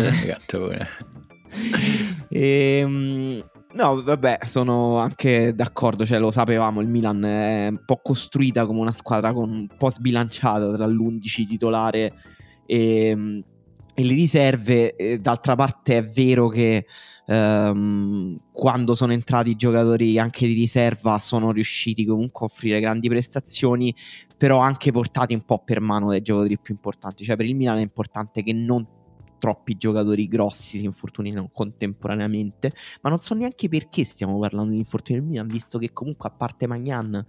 No, vabbè, sono anche d'accordo, cioè lo sapevamo, il Milan è un po' costruita come una squadra un po' sbilanciata tra l'11 titolare e le riserve. D'altra parte è vero che quando sono entrati i giocatori anche di riserva sono riusciti comunque a offrire grandi prestazioni, però anche portati un po' per mano dai giocatori più importanti. Cioè per il Milan è importante che non troppi giocatori grossi si infortunino contemporaneamente, ma non so neanche perché stiamo parlando di infortuni del Milan, visto che comunque a parte Magnan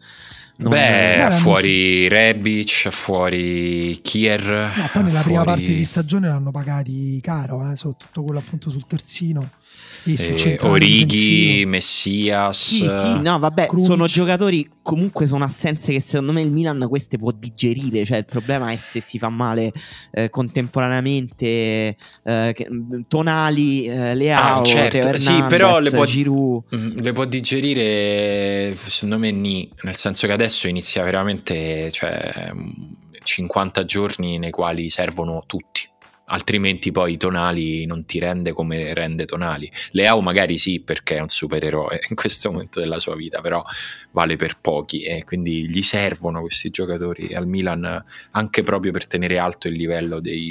fuori Rebic, fuori Kier, no, poi nella prima parte di stagione l'hanno pagati caro, soprattutto quello appunto sul terzino e sul Orighi, Messias. Sì, no, vabbè, Krunic. Sono giocatori, comunque sono assenze che secondo me il Milan queste può digerire. Cioè il problema è se si fa male contemporaneamente Tonali, Leao, certo. Teo Hernandez, sì, però Giroud. Le può digerire, secondo me nel senso che adesso inizia veramente, cioè 50 giorni nei quali servono tutti. Altrimenti poi Tonali non ti rende come rende Tonali. Leao magari sì, perché è un supereroe in questo momento della sua vita, però vale per pochi e quindi gli servono questi giocatori al Milan anche proprio per tenere alto il livello dei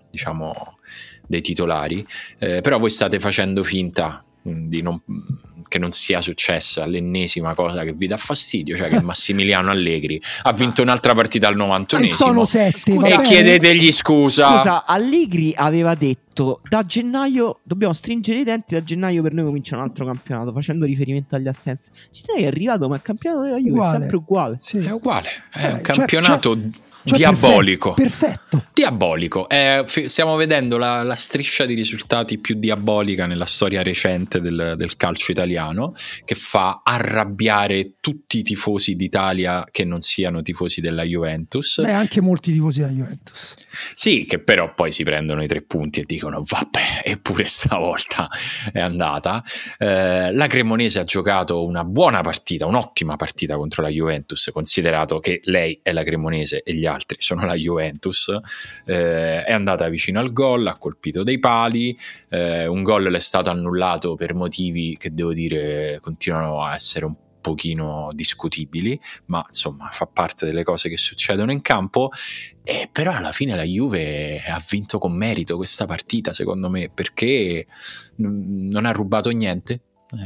diciamo, dei titolari, però voi state facendo finta che non sia successa l'ennesima cosa che vi dà fastidio, cioè che Massimiliano Allegri ha vinto un'altra partita al 91esimo sono 7, e chiedetegli scusa. Allegri aveva detto da gennaio dobbiamo stringere i denti, da gennaio per noi comincia un altro campionato, facendo riferimento agli assenze. È arrivato, ma il campionato della Juve è sempre uguale. Sì. È uguale, è un campionato diabolico. Perfetto. Diabolico. Stiamo vedendo la striscia di risultati più diabolica nella storia recente del calcio italiano, che fa arrabbiare tutti i tifosi d'Italia che non siano tifosi della Juventus. Beh, anche molti tifosi della Juventus. Sì, che però poi si prendono i 3 punti e dicono vabbè, eppure stavolta è andata. La Cremonese ha giocato una buona partita, un'ottima partita contro la Juventus, considerato che lei è la Cremonese e gli altri sono la Juventus. È andata vicino al gol, ha colpito dei pali, un gol le è stato annullato per motivi che devo dire continuano a essere un pochino discutibili, ma insomma fa parte delle cose che succedono in campo. Però alla fine la Juve ha vinto con merito questa partita, secondo me, perché non ha rubato niente,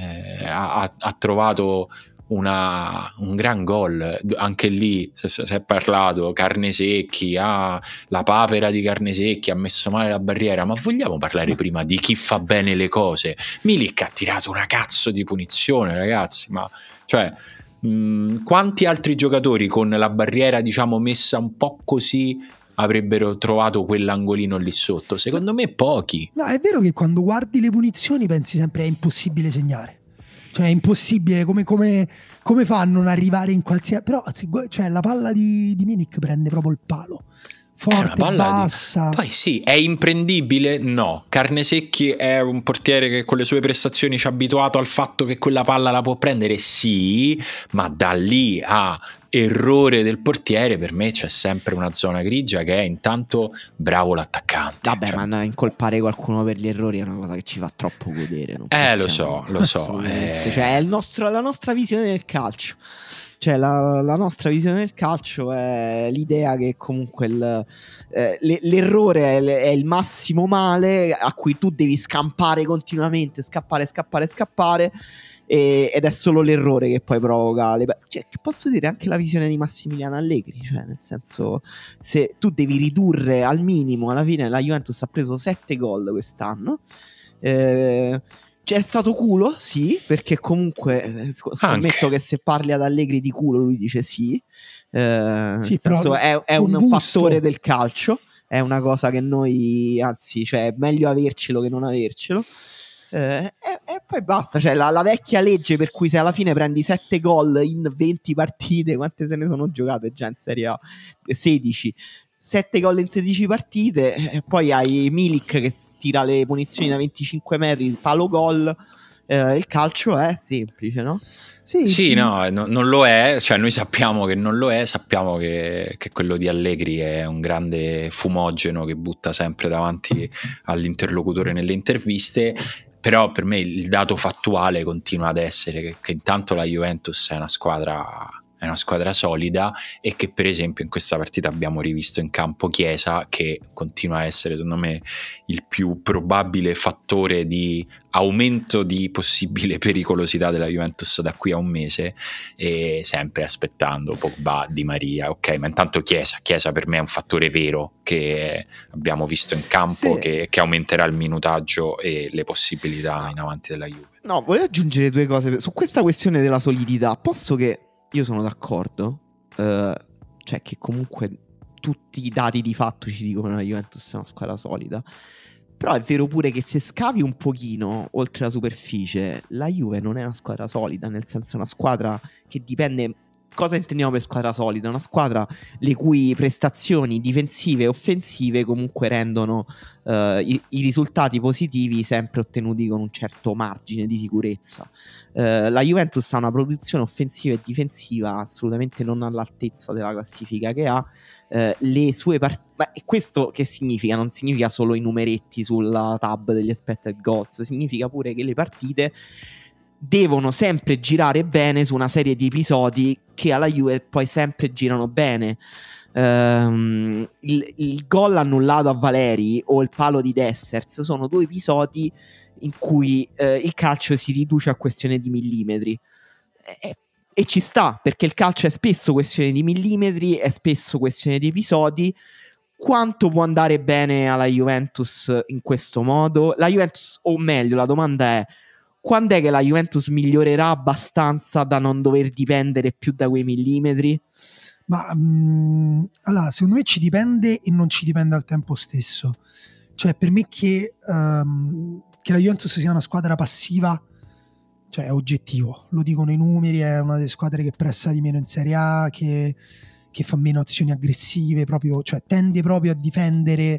ha trovato un gran gol. Anche lì si è parlato Carnesecchi, la papera di Carnesecchi ha messo male la barriera, ma vogliamo parlare prima di chi fa bene le cose? Milik ha tirato una cazzo di punizione, ragazzi, ma cioè quanti altri giocatori con la barriera, diciamo, messa un po' così avrebbero trovato quell'angolino lì sotto? Secondo me pochi. No, è vero che quando guardi le punizioni pensi sempre è impossibile segnare. Cioè è impossibile, come fa a non arrivare in qualsiasi... Però cioè, la palla di Milik prende proprio il palo. Forte, bassa. Poi sì, è imprendibile? No. Carnesecchi è un portiere che con le sue prestazioni ci ha abituato al fatto che quella palla la può prendere? Sì, ma da lì a errore del portiere per me c'è sempre una zona grigia, che è intanto bravo l'attaccante. Vabbè, cioè, ma incolpare qualcuno per gli errori è una cosa che ci fa troppo godere. Lo so. Cioè è la nostra visione del calcio. Cioè la nostra visione del calcio è l'idea che comunque l'errore è il massimo male a cui tu devi scampare continuamente, scappare ed è solo l'errore che poi provoca cioè, posso dire anche la visione di Massimiliano Allegri, cioè nel senso, se tu devi ridurre al minimo, alla fine la Juventus ha preso 7 gol quest'anno. C'è stato culo, sì, perché comunque scommetto che se parli ad Allegri di culo lui dice sì, nel senso è un fattore del calcio, è una cosa che noi, anzi, cioè è meglio avercelo che non avercelo. E poi basta, cioè la vecchia legge per cui se alla fine prendi 7 gol in 20 partite, quante se ne sono giocate già in Serie A? 16. 7 gol in 16 partite, e poi hai Milik che tira le punizioni da 25 metri, palo gol. Il calcio è semplice, no? Sì, no, non lo è, cioè noi sappiamo che non lo è, sappiamo che quello di Allegri è un grande fumogeno che butta sempre davanti all'interlocutore nelle interviste. Però per me il dato fattuale continua ad essere che intanto la Juventus è una squadra solida, e che per esempio in questa partita abbiamo rivisto in campo Chiesa, che continua a essere secondo me il più probabile fattore di aumento di possibile pericolosità della Juventus da qui a un mese, e sempre aspettando Pogba, Di Maria, ok, ma intanto Chiesa per me è un fattore vero che abbiamo visto in campo, sì, che aumenterà il minutaggio e le possibilità in avanti della Juve. No, volevo aggiungere 2 cose su questa questione della solidità. Posso che io sono d'accordo, cioè che comunque tutti i dati di fatto ci dicono che la Juventus è una squadra solida, però è vero pure che se scavi un pochino oltre la superficie, la Juve non è una squadra solida, nel senso è una squadra che dipende... Cosa intendiamo per squadra solida? Una squadra le cui prestazioni difensive e offensive comunque rendono i risultati positivi sempre ottenuti con un certo margine di sicurezza. La Juventus ha una produzione offensiva e difensiva assolutamente non all'altezza della classifica che ha. Le sue ma questo che significa? Non significa solo i numeretti sulla tab degli expected goals, significa pure che le partite devono sempre girare bene su una serie di episodi che alla Juve poi sempre girano bene. il gol annullato a Valeri o il palo di Dessers sono due episodi in cui il calcio si riduce a questione di millimetri, e ci sta, perché il calcio è spesso questione di millimetri, è spesso questione di episodi. Quanto può andare bene alla Juventus in questo modo? La Juventus, o meglio, la domanda è: quando è che la Juventus migliorerà abbastanza da non dover dipendere più da quei millimetri? Ma allora, secondo me ci dipende e non ci dipende al tempo stesso. Cioè, per me che la Juventus sia una squadra passiva, cioè è oggettivo, lo dicono i numeri, è una delle squadre che pressa di meno in Serie A, che fa meno azioni aggressive, proprio, cioè tende proprio a difendere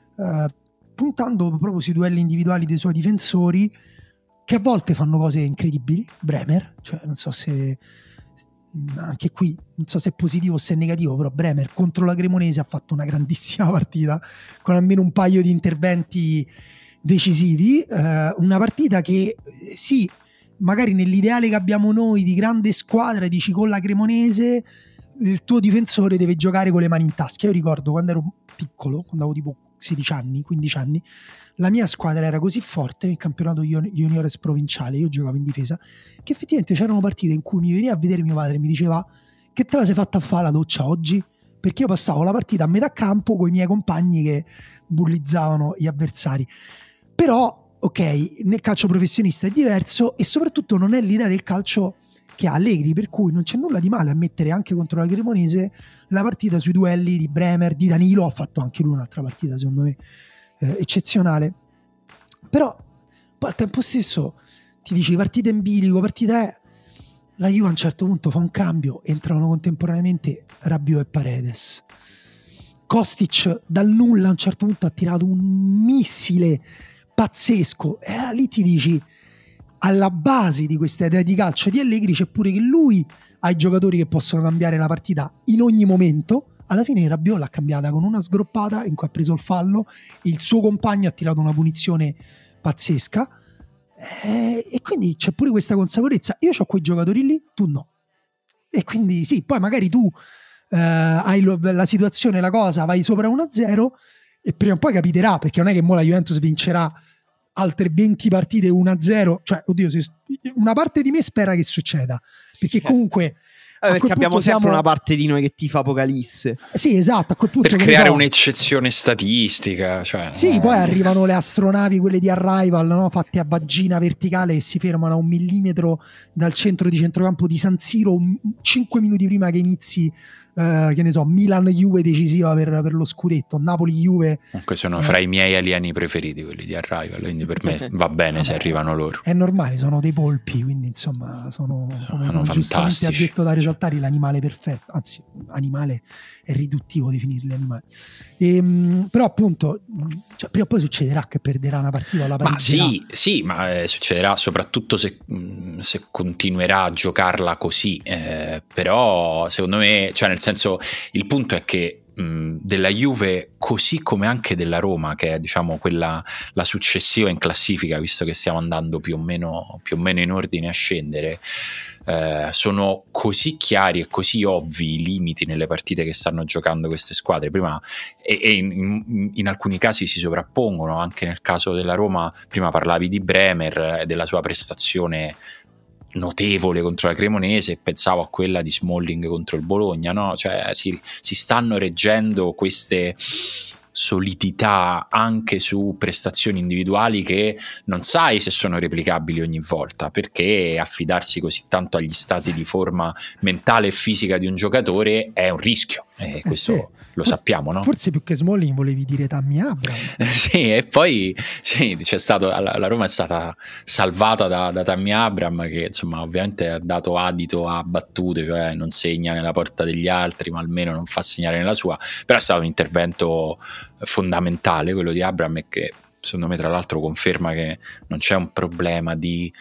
puntando proprio sui duelli individuali dei suoi difensori, che a volte fanno cose incredibili. Bremer, cioè non so se anche qui non so se è positivo o se è negativo, però Bremer contro la Cremonese ha fatto una grandissima partita con almeno un paio di interventi decisivi, una partita che sì, magari nell'ideale che abbiamo noi di grande squadra, dici con la Cremonese il tuo difensore deve giocare con le mani in tasca. Io ricordo quando ero piccolo, quando avevo tipo 16 anni, 15 anni, la mia squadra era così forte nel campionato juniores provinciale, io giocavo in difesa, che effettivamente c'erano partite in cui mi veniva a vedere mio padre e mi diceva: che te la sei fatta a fare la doccia oggi? Perché io passavo la partita a metà campo con i miei compagni che bullizzavano gli avversari. Però ok, nel calcio professionista è diverso, e soprattutto non è l'idea del calcio che ha Allegri, per cui non c'è nulla di male a mettere anche contro la Cremonese la partita sui duelli di Bremer, di Danilo. Ha fatto anche lui un'altra partita secondo me eccezionale, però poi al tempo stesso ti dici partita in bilico, partita la Juve a un certo punto fa un cambio, entrano contemporaneamente Rabiot e Paredes. Kostic dal nulla a un certo punto ha tirato un missile pazzesco, e lì ti dici, alla base di questa idea di calcio di Allegri c'è pure che lui ha i giocatori che possono cambiare la partita in ogni momento. Alla fine Rabiot l'ha cambiata con una sgroppata in cui ha preso il fallo, il suo compagno ha tirato una punizione pazzesca, e quindi c'è pure questa consapevolezza: io ho quei giocatori lì, tu no. E quindi sì, poi magari tu hai la situazione, la cosa, vai sopra 1-0 e prima o poi capiterà, perché non è che mo la Juventus vincerà altre 20 partite 1-0, cioè oddio, una parte di me spera che succeda, perché comunque perché abbiamo sempre una parte di noi che tifa Apocalisse. Sì, esatto, a quel punto per creare un'eccezione statistica, cioè, sì, poi arrivano le astronavi, quelle di Arrival, no? Fatte a vagina verticale, e si fermano a 1 millimetro dal centro di centrocampo di San Siro 5 minuti prima che inizi che ne so, Milan-Juve decisiva per lo scudetto, Napoli-Juve. Comunque sono fra i miei alieni preferiti quelli di Arrival, quindi per me va bene se arrivano loro. È normale, sono dei polpi, quindi insomma sono come giustamente ha detto Dario Saltari, l'animale perfetto, anzi animale è riduttivo definirli animali. Però appunto, cioè, prima o poi succederà che perderà una partita o la pareggerà. Ma sì, ma succederà soprattutto se continuerà a giocarla così, però secondo me, cioè nel senso, il punto è che della Juve, così come anche della Roma, che è diciamo quella la successiva in classifica, visto che stiamo andando più o meno in ordine a scendere, sono così chiari e così ovvi i limiti nelle partite che stanno giocando queste squadre prima, e in alcuni casi si sovrappongono. Anche nel caso della Roma, prima parlavi di Bremer, della sua prestazione notevole contro la Cremonese, e pensavo a quella di Smalling contro il Bologna, no? Cioè si stanno reggendo queste solidità anche su prestazioni individuali che non sai se sono replicabili ogni volta, perché affidarsi così tanto agli stati di forma mentale e fisica di un giocatore è un rischio, e questo sì, lo sappiamo, no? Forse più che Smalling volevi dire Tammy Abraham. Sì, e poi sì, c'è stato, la Roma è stata salvata da Tammy Abraham, che insomma ovviamente ha dato adito a battute, cioè non segna nella porta degli altri ma almeno non fa segnare nella sua, però è stato un intervento fondamentale quello di Abraham, e che secondo me tra l'altro conferma che non c'è un problema di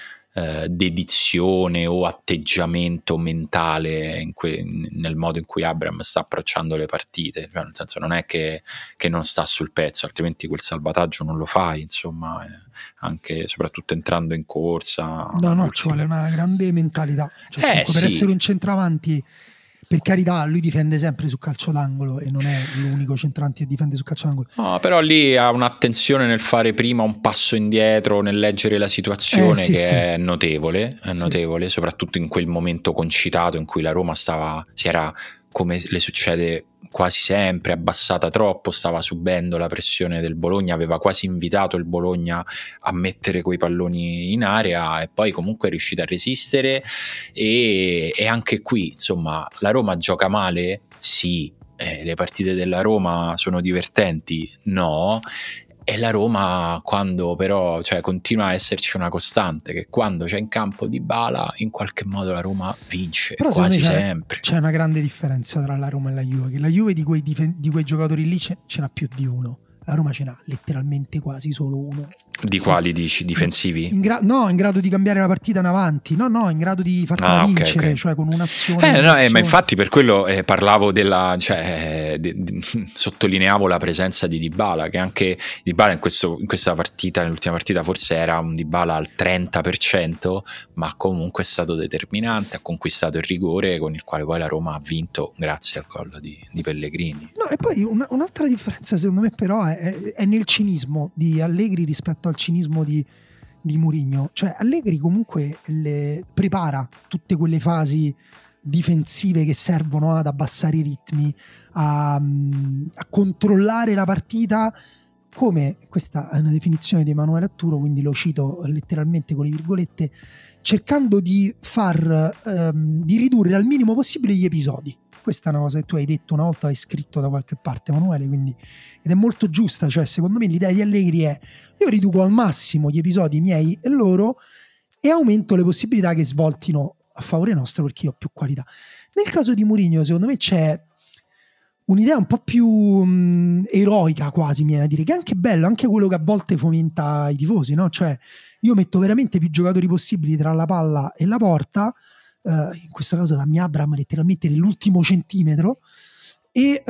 dedizione o atteggiamento mentale nel modo in cui Abraham sta approcciando le partite, cioè nel senso, non è che non sta sul pezzo, altrimenti quel salvataggio non lo fai, insomma, anche soprattutto entrando in corsa. No, ci vuole una grande mentalità, cioè, per essere un centravanti Per carità, lui difende sempre su calcio d'angolo e non è l'unico centrante che difende su calcio d'angolo. No, però lì ha un'attenzione nel fare prima un passo indietro, nel leggere la situazione sì, che sì. è notevole, soprattutto in quel momento concitato in cui la Roma si era, come le succede quasi sempre, abbassata troppo, stava subendo la pressione del Bologna, aveva quasi invitato il Bologna a mettere quei palloni in area e poi comunque è riuscita a resistere e anche qui insomma la Roma gioca male, sì, le partite della Roma sono divertenti, no. E la Roma, quando però, cioè, continua a esserci una costante, che quando c'è in campo Dybala, in qualche modo la Roma vince, però quasi sempre. C'è una grande differenza tra la Roma e la Juve, che la Juve di quei giocatori lì ce n'ha più di uno. La Roma ce n'ha letteralmente quasi solo uno. Di quali dici? Difensivi? In grado di cambiare la partita in avanti. No, in grado di farla vincere, okay. Cioè con un'azione. Ma infatti per quello parlavo sottolineavo la presenza di Dybala, che anche Dybala in questa partita, nell'ultima partita, forse era un Dybala al 30%, ma comunque è stato determinante, ha conquistato il rigore con il quale poi la Roma ha vinto grazie al gol di Pellegrini. No, e poi un'altra differenza secondo me però è nel cinismo di Allegri rispetto al cinismo di Mourinho. Cioè Allegri comunque prepara tutte quelle fasi difensive che servono ad abbassare i ritmi, a controllare la partita, come questa è una definizione di Emanuele Atturo, quindi lo cito letteralmente con le virgolette, cercando di di ridurre al minimo possibile gli episodi. Questa è una cosa che tu hai detto una volta, hai scritto da qualche parte, Emanuele, quindi, ed è molto giusta. Cioè secondo me l'idea di Allegri è: io riduco al massimo gli episodi miei e loro e aumento le possibilità che svoltino a favore nostro, perché io ho più qualità. Nel caso di Mourinho secondo me c'è un'idea un po' più eroica, quasi, mi viene a dire, che è anche bello, anche quello che a volte fomenta i tifosi, no? Cioè io metto veramente più giocatori possibili tra la palla e la porta, in questo caso dammi Abraham letteralmente nell'ultimo centimetro, e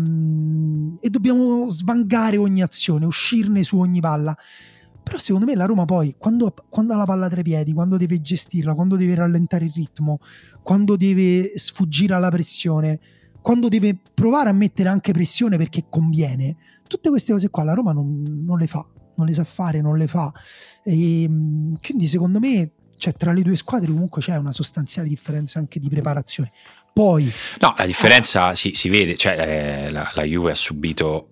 dobbiamo svangare ogni azione, uscirne su ogni palla. Però secondo me la Roma poi quando ha la palla tra i piedi, quando deve gestirla, quando deve rallentare il ritmo, quando deve sfuggire alla pressione, quando deve provare a mettere anche pressione perché conviene, tutte queste cose qua la Roma non le fa, non le sa fare, non le fa, e quindi secondo me, cioè, tra le due squadre comunque c'è una sostanziale differenza anche di preparazione. Poi no, la differenza si vede, cioè la Juve ha subito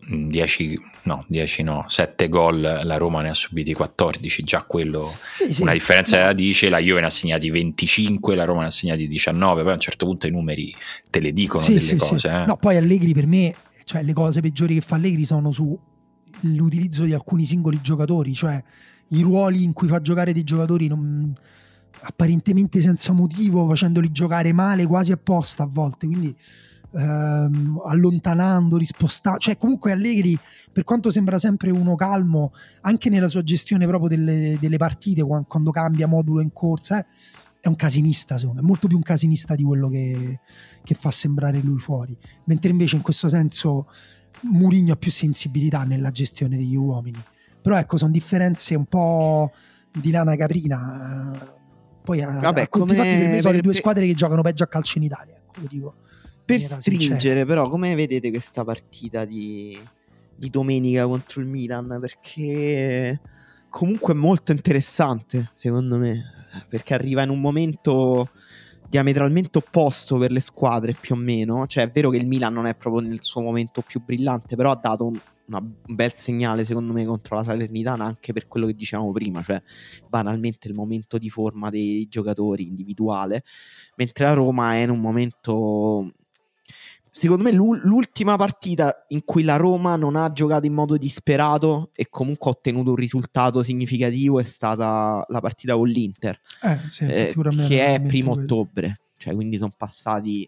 7 gol, la Roma ne ha subiti 14, già quello sì, una differenza la dice, la Juve ne ha segnati 25, la Roma ne ha segnati 19, poi a un certo punto i numeri te le dicono delle cose. No, poi Allegri, per me, cioè le cose peggiori che fa Allegri sono sull'utilizzo di alcuni singoli giocatori, cioè i ruoli in cui fa giocare dei giocatori apparentemente senza motivo, facendoli giocare male quasi apposta a volte, quindi allontanando, rispostando. Cioè comunque Allegri, per quanto sembra sempre uno calmo anche nella sua gestione proprio delle partite, quando cambia modulo in corsa, è un casinista, secondo me, è molto più un casinista di quello che fa sembrare lui fuori, mentre invece in questo senso Mourinho ha più sensibilità nella gestione degli uomini. Però ecco, sono differenze un po' di lana caprina. Poi infatti per me sono le due squadre che giocano peggio a calcio in Italia, ecco, lo dico per stringere sincero. Però come vedete questa partita di domenica contro il Milan? Perché comunque è molto interessante secondo me, perché arriva in un momento diametralmente opposto per le squadre più o meno. Cioè è vero che il Milan non è proprio nel suo momento più brillante, però ha dato un bel segnale secondo me contro la Salernitana, anche per quello che dicevamo prima, cioè banalmente il momento di forma dei giocatori individuale, mentre la Roma è in un momento, secondo me l'ultima partita in cui la Roma non ha giocato in modo disperato e comunque ha ottenuto un risultato significativo è stata la partita con l'Inter, che è primo ottobre, cioè quindi sono passati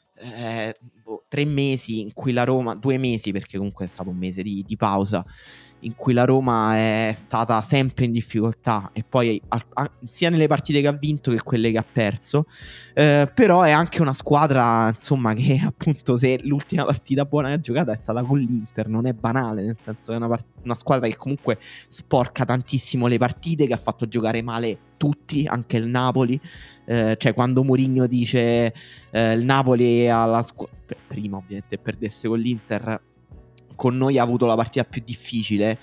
3 mesi in cui la Roma, 2 mesi perché comunque è stato un mese di pausa, in cui la Roma è stata sempre in difficoltà, e poi sia nelle partite che ha vinto che quelle che ha perso, però è anche una squadra, insomma, che appunto, se l'ultima partita buona che ha giocato è stata con l'Inter, non è banale, nel senso che è una squadra che comunque sporca tantissimo le partite, che ha fatto giocare male tutti, anche il Napoli. Cioè, quando Mourinho dice il Napoli alla prima ovviamente perdesse con l'Inter, con noi ha avuto la partita più difficile.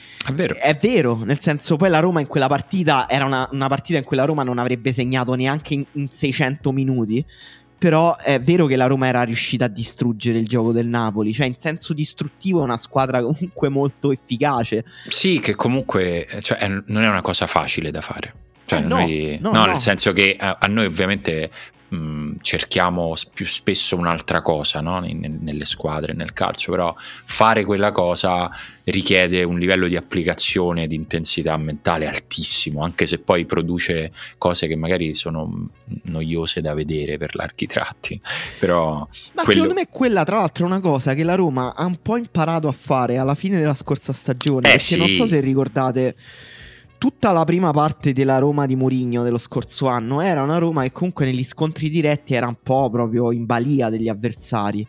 È vero, nel senso, poi la Roma in quella partita era una partita in cui la Roma non avrebbe segnato neanche in 600 minuti. Però è vero che la Roma era riuscita a distruggere il gioco del Napoli, cioè in senso distruttivo è una squadra comunque molto efficace. Sì, che comunque, cioè, non è una cosa facile da fare. Cioè, no, nel senso che a noi ovviamente cerchiamo più spesso un'altra cosa, no? Nelle squadre, nel calcio, però fare quella cosa richiede un livello di applicazione, di intensità mentale altissimo, anche se poi produce cose che magari sono noiose da vedere per larghi tratti. Però secondo me quella, tra l'altro, è una cosa che la Roma ha un po' imparato a fare alla fine della scorsa stagione, perché sì. Non so se ricordate, tutta la prima parte della Roma di Mourinho dello scorso anno era una Roma che comunque negli scontri diretti era un po' proprio in balia degli avversari.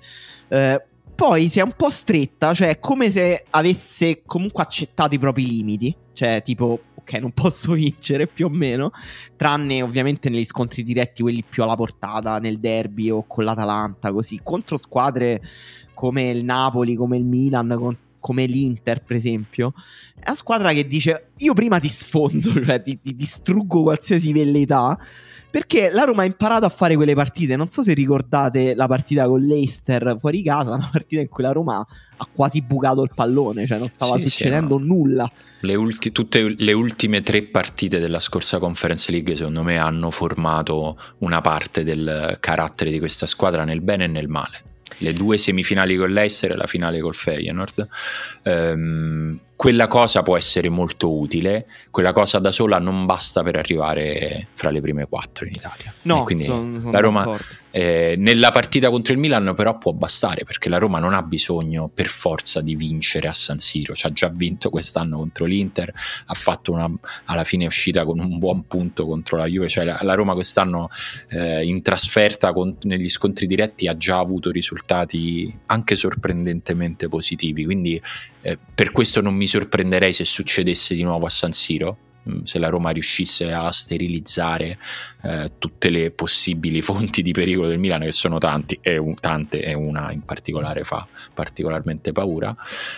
Poi si è un po' stretta, cioè come se avesse comunque accettato i propri limiti, cioè tipo, ok, non posso vincere più o meno, tranne ovviamente negli scontri diretti, quelli più alla portata, nel derby o con l'Atalanta, così, contro squadre come il Napoli, come il Milan, come l'Inter per esempio. È una squadra che dice: io prima ti sfondo, cioè ti distruggo qualsiasi velleità, perché la Roma ha imparato a fare quelle partite. Non so se ricordate la partita con l'Leicester fuori casa, una partita in cui la Roma ha quasi bucato il pallone, cioè non stava succedendo nulla. Tutte le ultime 3 partite della scorsa Conference League secondo me hanno formato una parte del carattere di questa squadra, nel bene e nel male. Le 2 semifinali con l'Leicester e la finale col Feyenoord, quella cosa può essere molto utile, quella cosa da sola non basta per arrivare fra le prime 4 in Italia. No, quindi sono la Roma nella partita contro il Milan però può bastare, perché la Roma non ha bisogno per forza di vincere a San Siro, ci ha già vinto quest'anno contro l'Inter, ha fatto alla fine è uscita con un buon punto contro la Juve, cioè la Roma quest'anno in trasferta negli scontri diretti ha già avuto risultati anche sorprendentemente positivi, quindi per questo non mi sorprenderei se succedesse di nuovo a San Siro, se la Roma riuscisse a sterilizzare tutte le possibili fonti di pericolo del Milan, che sono tante, e una in particolare fa particolarmente paura.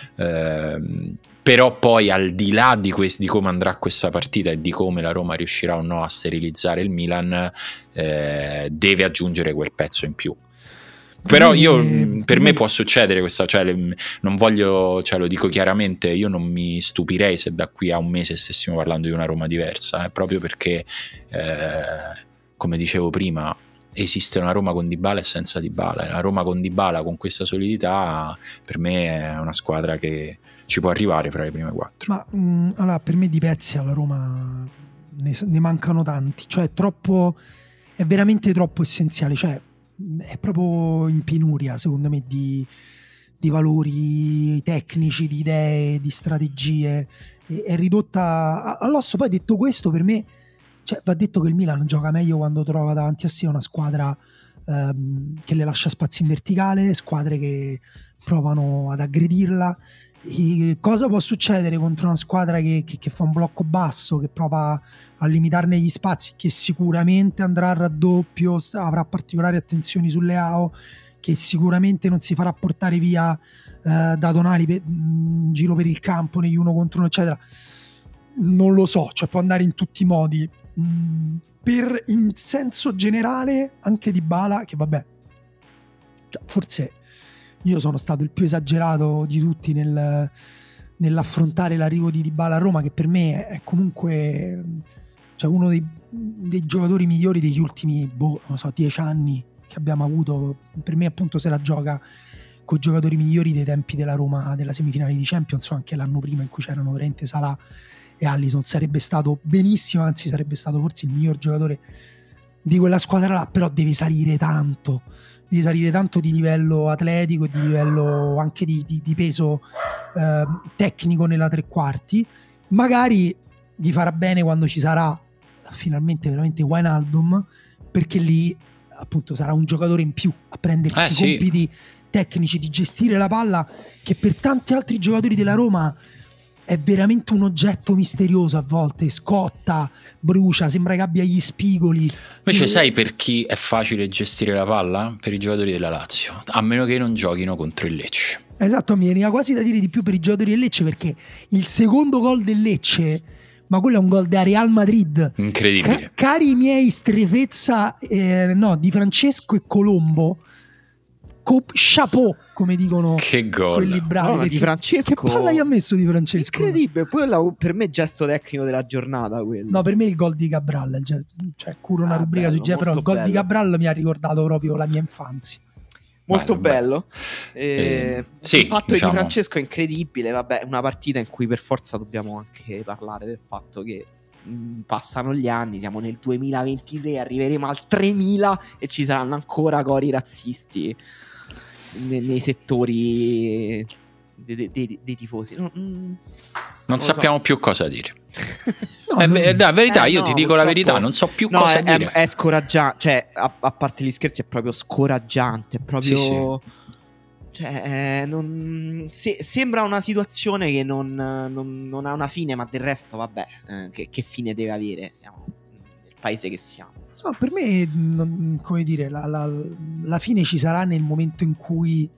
Però poi, al di là di come andrà questa partita e di come la Roma riuscirà o no a sterilizzare il Milan, deve aggiungere quel pezzo in più. Però per me può succedere questa, cioè non voglio, cioè lo dico chiaramente, io non mi stupirei se da qui a un mese stessimo parlando di una Roma diversa, proprio perché come dicevo prima, esiste una Roma con Dybala e senza Dybala, e la Roma con Dybala con questa solidità per me è una squadra che ci può arrivare fra le prime 4. Ma allora, per me di pezzi alla Roma ne mancano tanti, cioè è veramente troppo essenziale, cioè è proprio in penuria secondo me di valori tecnici, di idee, di strategie, è ridotta all'osso. Poi, detto questo, per me, cioè, va detto che il Milan gioca meglio quando trova davanti a sé una squadra che le lascia spazi in verticale, squadre che provano ad aggredirla. E cosa può succedere contro una squadra che fa un blocco basso, che prova a limitarne gli spazi, che sicuramente andrà a raddoppio, avrà particolari attenzioni sulle AO, che sicuramente non si farà portare via da Tonali in giro per il campo negli 1 contro 1 eccetera? Non lo so, cioè può andare in tutti i modi. In senso generale anche Dybala, che vabbè, cioè, forse io sono stato il più esagerato di tutti nell'affrontare l'arrivo di Dybala a Roma, che per me è comunque, cioè, uno dei giocatori migliori degli ultimi 10 anni che abbiamo avuto. Per me appunto se la gioca con i giocatori migliori dei tempi della Roma della semifinale di Champions, anche l'anno prima in cui c'erano veramente Salah e Alisson. Sarebbe stato benissimo, anzi sarebbe stato forse il miglior giocatore di quella squadra là, però deve salire tanto di livello atletico e di livello anche di peso tecnico nella tre quarti. Magari gli farà bene quando ci sarà finalmente veramente Wijnaldum, perché lì appunto sarà un giocatore in più a prendersi i compiti tecnici di gestire la palla, che per tanti altri giocatori della Roma è veramente un oggetto misterioso. A volte scotta, brucia, sembra che abbia gli spigoli. Invece sai per chi è facile gestire la palla? Per i giocatori della Lazio, a meno che non giochino contro il Lecce. Esatto, mi veniva quasi da dire di più per i giocatori del Lecce, perché il secondo gol del Lecce, ma quello è un gol da Real Madrid, incredibile. Cari miei, strefezza di Francesco e Colombo, chapeau, come dicono che gol, quelli bravi. No, di Francesco, che palla gli ha messo di Francesco, incredibile. Poi per me gesto tecnico della giornata quello. No, per me il gol di Cabral, cioè curo una rubrica bello, su però il gol bello. di Cabral mi ha ricordato proprio la mia infanzia. Molto bello. Sì, il fatto diciamo, di Francesco è incredibile. Vabbè, una partita in cui per forza dobbiamo anche parlare del fatto che passano gli anni, siamo nel 2023, arriveremo al 3000 e ci saranno ancora cori razzisti nei settori dei tifosi. Non sappiamo più cosa dire. No, la verità, io ti dico la verità, non so più cosa dire. È scoraggiante, cioè a parte gli scherzi è proprio scoraggiante, è proprio cioè sembra una situazione che non ha una fine, ma del resto vabbè, che fine deve avere? Siamo nel paese che siamo. No, per me come dire, la fine ci sarà nel momento in cui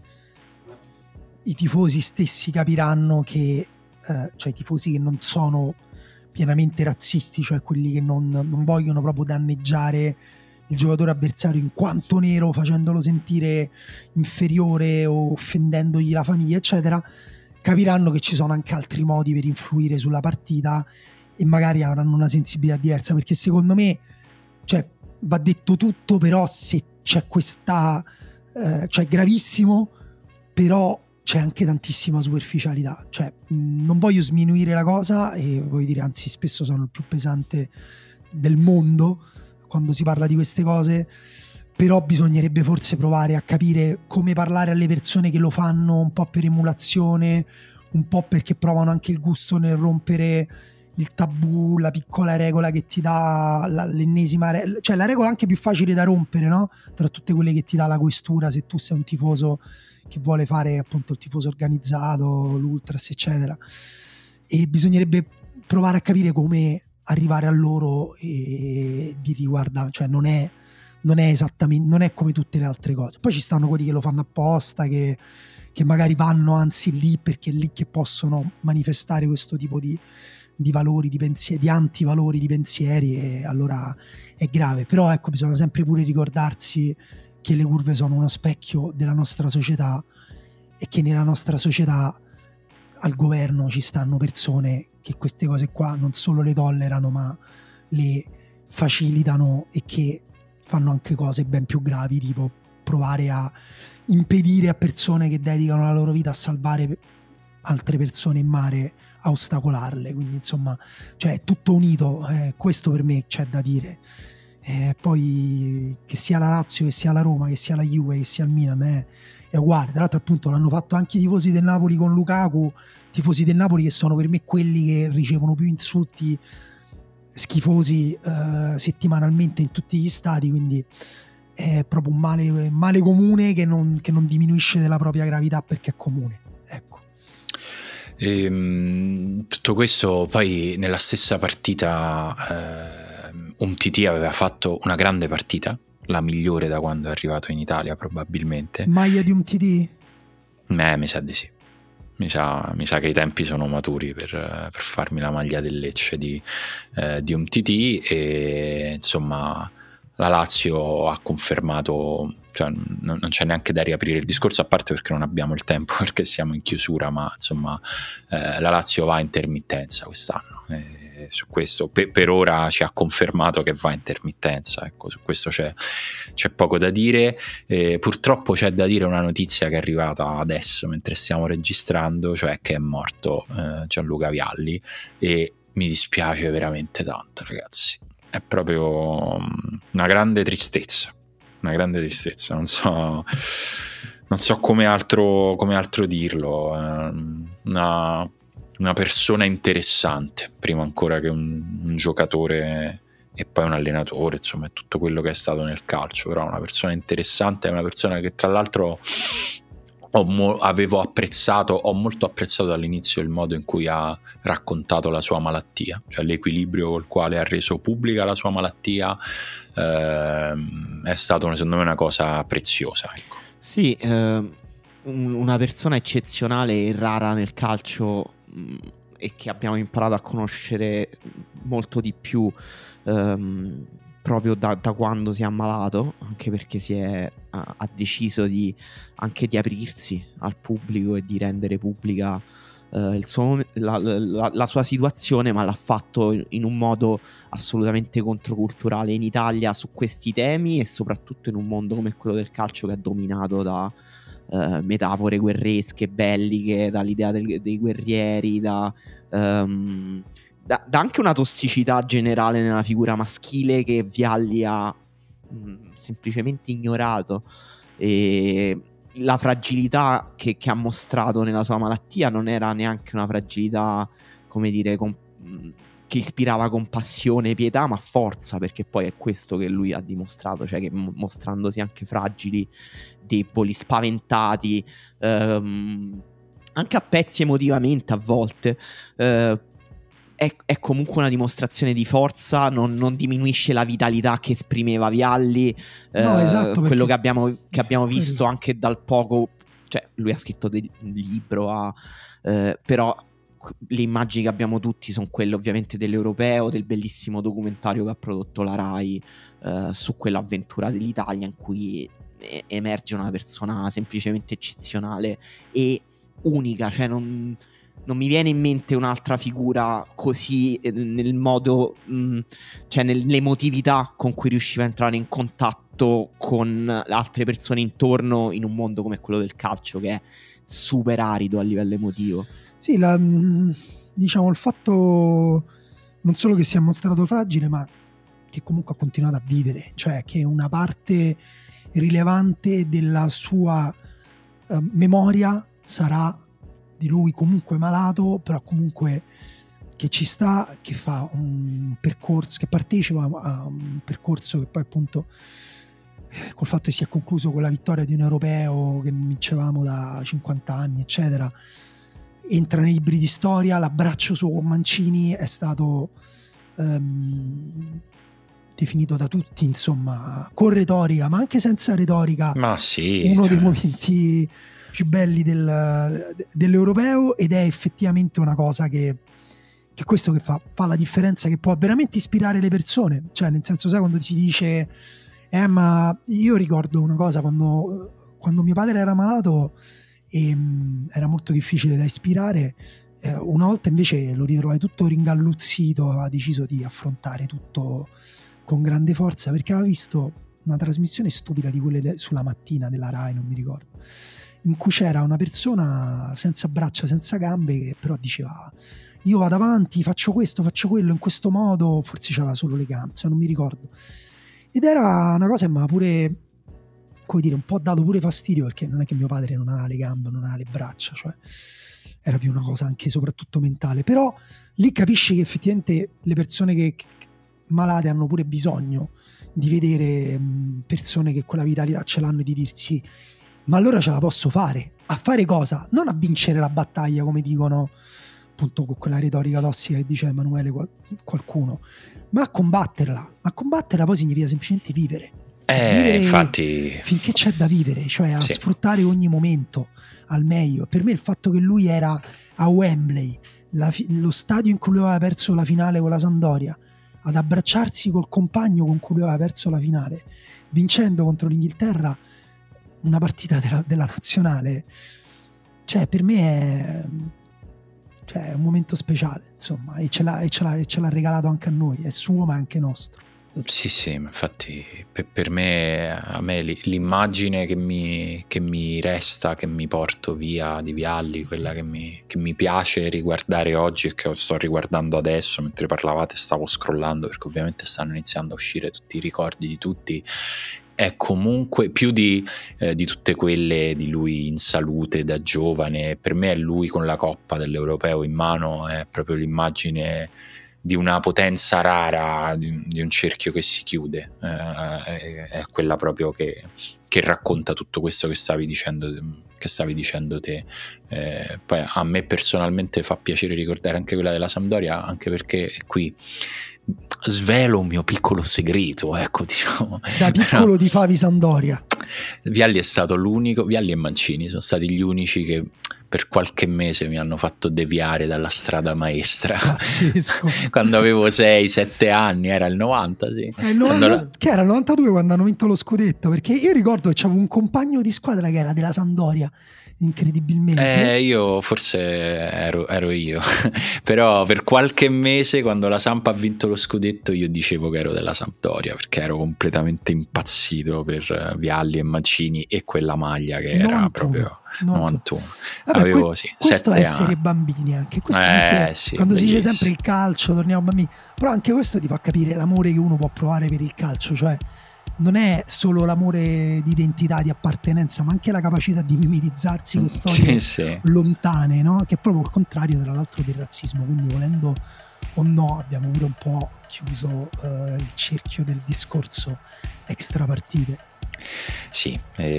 i tifosi stessi capiranno che cioè i tifosi che non sono pienamente razzisti, cioè quelli che non vogliono proprio danneggiare il giocatore avversario in quanto nero, facendolo sentire inferiore o offendendogli la famiglia eccetera, capiranno che ci sono anche altri modi per influire sulla partita e magari avranno una sensibilità diversa, perché secondo me, cioè, va detto tutto, però se c'è questa cioè è gravissimo, però c'è anche tantissima superficialità, cioè non voglio sminuire la cosa e voglio dire, anzi spesso sono il più pesante del mondo quando si parla di queste cose, però bisognerebbe forse provare a capire come parlare alle persone che lo fanno un po' per emulazione, un po' perché provano anche il gusto nel rompere il tabù, la piccola regola che ti dà l'ennesima cioè la regola anche più facile da rompere, no? Tra tutte quelle che ti dà la questura se tu sei un tifoso che vuole fare appunto il tifoso organizzato, l'ultras eccetera, e bisognerebbe provare a capire come arrivare a loro e dire guarda, cioè non è esattamente, non è come tutte le altre cose. Poi ci stanno quelli che lo fanno apposta, che magari vanno anzi lì perché è lì che possono manifestare questo tipo di valori, di pensieri, di antivalori, di pensieri, e allora è grave. Però ecco, bisogna sempre pure ricordarsi che le curve sono uno specchio della nostra società e che nella nostra società al governo ci stanno persone che queste cose qua non solo le tollerano ma le facilitano e che fanno anche cose ben più gravi, tipo provare a impedire a persone che dedicano la loro vita a salvare altre persone in mare a ostacolarle. Quindi insomma, cioè è tutto unito, questo per me c'è da dire. Poi che sia la Lazio, che sia la Roma, che sia la Juve, che sia il Milan è uguale. Tra l'altro appunto l'hanno fatto anche i tifosi del Napoli con Lukaku, tifosi del Napoli che sono per me quelli che ricevono più insulti schifosi settimanalmente in tutti gli stadi, quindi è proprio un male comune che non diminuisce della propria gravità perché è comune, ecco. Tutto questo poi nella stessa partita Umtiti aveva fatto una grande partita, la migliore da quando è arrivato in Italia probabilmente. Maglia di Umtiti? Mi sa di sì. Mi sa che i tempi sono maturi per farmi la maglia del Lecce di Umtiti, e insomma la Lazio ha confermato, cioè non c'è neanche da riaprire il discorso, a parte perché non abbiamo il tempo perché siamo in chiusura, ma insomma la Lazio va a intermittenza quest'anno. Su questo per ora ci ha confermato che va a intermittenza, ecco, su questo c'è poco da dire. Purtroppo c'è da dire una notizia che è arrivata adesso mentre stiamo registrando, cioè che è morto Gianluca Vialli, e mi dispiace veramente tanto, ragazzi. è proprio una grande tristezza, non so come altro dirlo. Una persona interessante, prima ancora che un giocatore e poi un allenatore, insomma è tutto quello che è stato nel calcio, però una persona interessante, è una persona che tra l'altro ho molto apprezzato dall'inizio il modo in cui ha raccontato la sua malattia, cioè l'equilibrio col quale ha reso pubblica la sua malattia, è stato secondo me una cosa preziosa, ecco. Sì, una persona eccezionale e rara nel calcio, e che abbiamo imparato a conoscere molto di più proprio da quando si è ammalato, anche perché ha deciso anche di aprirsi al pubblico e di rendere pubblica la sua situazione, ma l'ha fatto in un modo assolutamente controculturale in Italia su questi temi, e soprattutto in un mondo come quello del calcio che è dominato da metafore guerresche, belliche, dall'idea dei guerrieri, da anche una tossicità generale nella figura maschile che Vialli ha semplicemente ignorato. E la fragilità che ha mostrato nella sua malattia non era neanche una fragilità, come dire, che ispirava compassione e pietà, ma forza, perché poi è questo che lui ha dimostrato, cioè che mostrandosi anche fragili, deboli, spaventati, anche a pezzi emotivamente a volte, è comunque una dimostrazione di forza, non diminuisce la vitalità che esprimeva Vialli. No, esatto, quello che abbiamo visto anche dal poco, cioè lui ha scritto un libro, però le immagini che abbiamo tutti sono quelle ovviamente dell'Europeo, del bellissimo documentario che ha prodotto la Rai su quell'avventura dell'Italia, in cui emerge una persona semplicemente eccezionale e unica, cioè non mi viene in mente un'altra figura così nel modo, cioè nell'emotività con cui riusciva a entrare in contatto con altre persone intorno in un mondo come quello del calcio, che è super arido a livello emotivo. Sì, diciamo il fatto non solo che si è mostrato fragile, ma che comunque ha continuato a vivere, cioè che una parte rilevante della sua memoria sarà di lui comunque malato, però comunque che ci sta, che fa un percorso, che partecipa a un percorso che poi appunto col fatto che si è concluso con la vittoria di un europeo che non vincevamo da 50 anni eccetera, entra nei libri di storia. L'abbraccio su Mancini è stato definito da tutti, insomma, con retorica, ma anche senza retorica, ma sì, uno dei momenti più belli dell'europeo, ed è effettivamente una cosa che questo che fa la differenza, che può veramente ispirare le persone, cioè nel senso, sai, quando si dice ma io ricordo una cosa, quando mio padre era malato e era molto difficile da ispirare, una volta invece lo ritrovai tutto ringalluzzito, aveva deciso di affrontare tutto con grande forza, perché aveva visto una trasmissione stupida di quelle sulla mattina della Rai, non mi ricordo, in cui c'era una persona senza braccia, senza gambe, che però diceva: io vado avanti, faccio questo, faccio quello, in questo modo. Forse c'aveva solo le gambe, non mi ricordo. Ed era una cosa che mi ha pure, come dire, un po' dato pure fastidio, perché non è che mio padre non aveva le gambe, non aveva le braccia, cioè era più una cosa anche soprattutto mentale. Però lì capisci che effettivamente le persone che malate hanno pure bisogno di vedere persone che quella vitalità ce l'hanno e di dirsi: ma allora ce la posso fare. A fare cosa? Non a vincere la battaglia, come dicono appunto con quella retorica tossica che dice Emanuele qualcuno, ma a combatterla. A combatterla poi significa semplicemente vivere. Vivere infatti, finché c'è da vivere, cioè a sfruttare ogni momento al meglio. Per me il fatto che lui era a Wembley, lo stadio in cui lui aveva perso la finale con la Sampdoria, ad abbracciarsi col compagno con cui lui aveva perso la finale, vincendo contro l'Inghilterra una partita della nazionale, cioè per me è un momento speciale, insomma, e ce l'ha regalato anche a noi, è suo ma anche nostro. Sì, infatti per me, a me l'immagine che mi resta, che mi porto via di Vialli, quella che mi piace riguardare oggi e che sto riguardando adesso mentre parlavate, stavo scrollando perché ovviamente stanno iniziando a uscire tutti i ricordi di tutti, è comunque più di tutte quelle di lui in salute da giovane. Per me è lui con la Coppa dell'Europeo in mano, è proprio l'immagine di una potenza rara, di un cerchio che si chiude, è quella proprio che racconta tutto questo che stavi dicendo te. Poi a me personalmente fa piacere ricordare anche quella della Sampdoria, anche perché qui svelo un mio piccolo segreto, ecco, diciamo. Da piccolo tifavi Sampdoria. Vialli è stato l'unico, Vialli e Mancini sono stati gli unici che per qualche mese mi hanno fatto deviare dalla strada maestra. Pazzesco. Quando avevo 6-7 anni, era il 90, sì. Che era il 92 quando hanno vinto lo scudetto, perché io ricordo che c'avevo un compagno di squadra che era della Sampdoria, incredibilmente. Io forse ero io, però per qualche mese quando la Samp ha vinto lo scudetto io dicevo che ero della Sampdoria, perché ero completamente impazzito per Vialli e Mancini e quella maglia che 91, era proprio 91. Vabbè, avevo questo è essere anni. bambini anche, anche sì, quando bellissimo. Si dice sempre il calcio, torniamo bambini, però anche questo ti fa capire l'amore che uno può provare per il calcio, cioè non è solo l'amore di identità, di appartenenza, ma anche la capacità di mimetizzarsi con storie lontane, no? Che è proprio il contrario, tra l'altro, del razzismo. Quindi, volendo o no, abbiamo pure un po' chiuso il cerchio del discorso extra partite. Sì,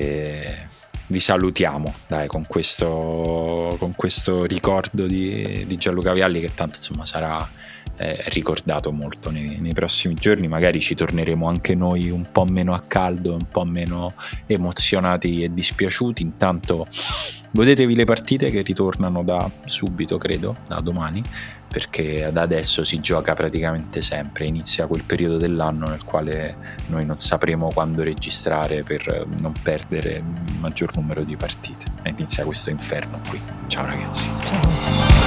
vi salutiamo dai con questo ricordo di Gianluca Vialli, che tanto insomma sarà ricordato molto nei prossimi giorni. Magari ci torneremo anche noi un po' meno a caldo, un po' meno emozionati e dispiaciuti. Intanto godetevi le partite che ritornano da subito, credo da domani, perché da adesso si gioca praticamente sempre. Inizia quel periodo dell'anno nel quale noi non sapremo quando registrare per non perdere il maggior numero di partite. Inizia questo inferno qui. Ciao ragazzi. Ciao.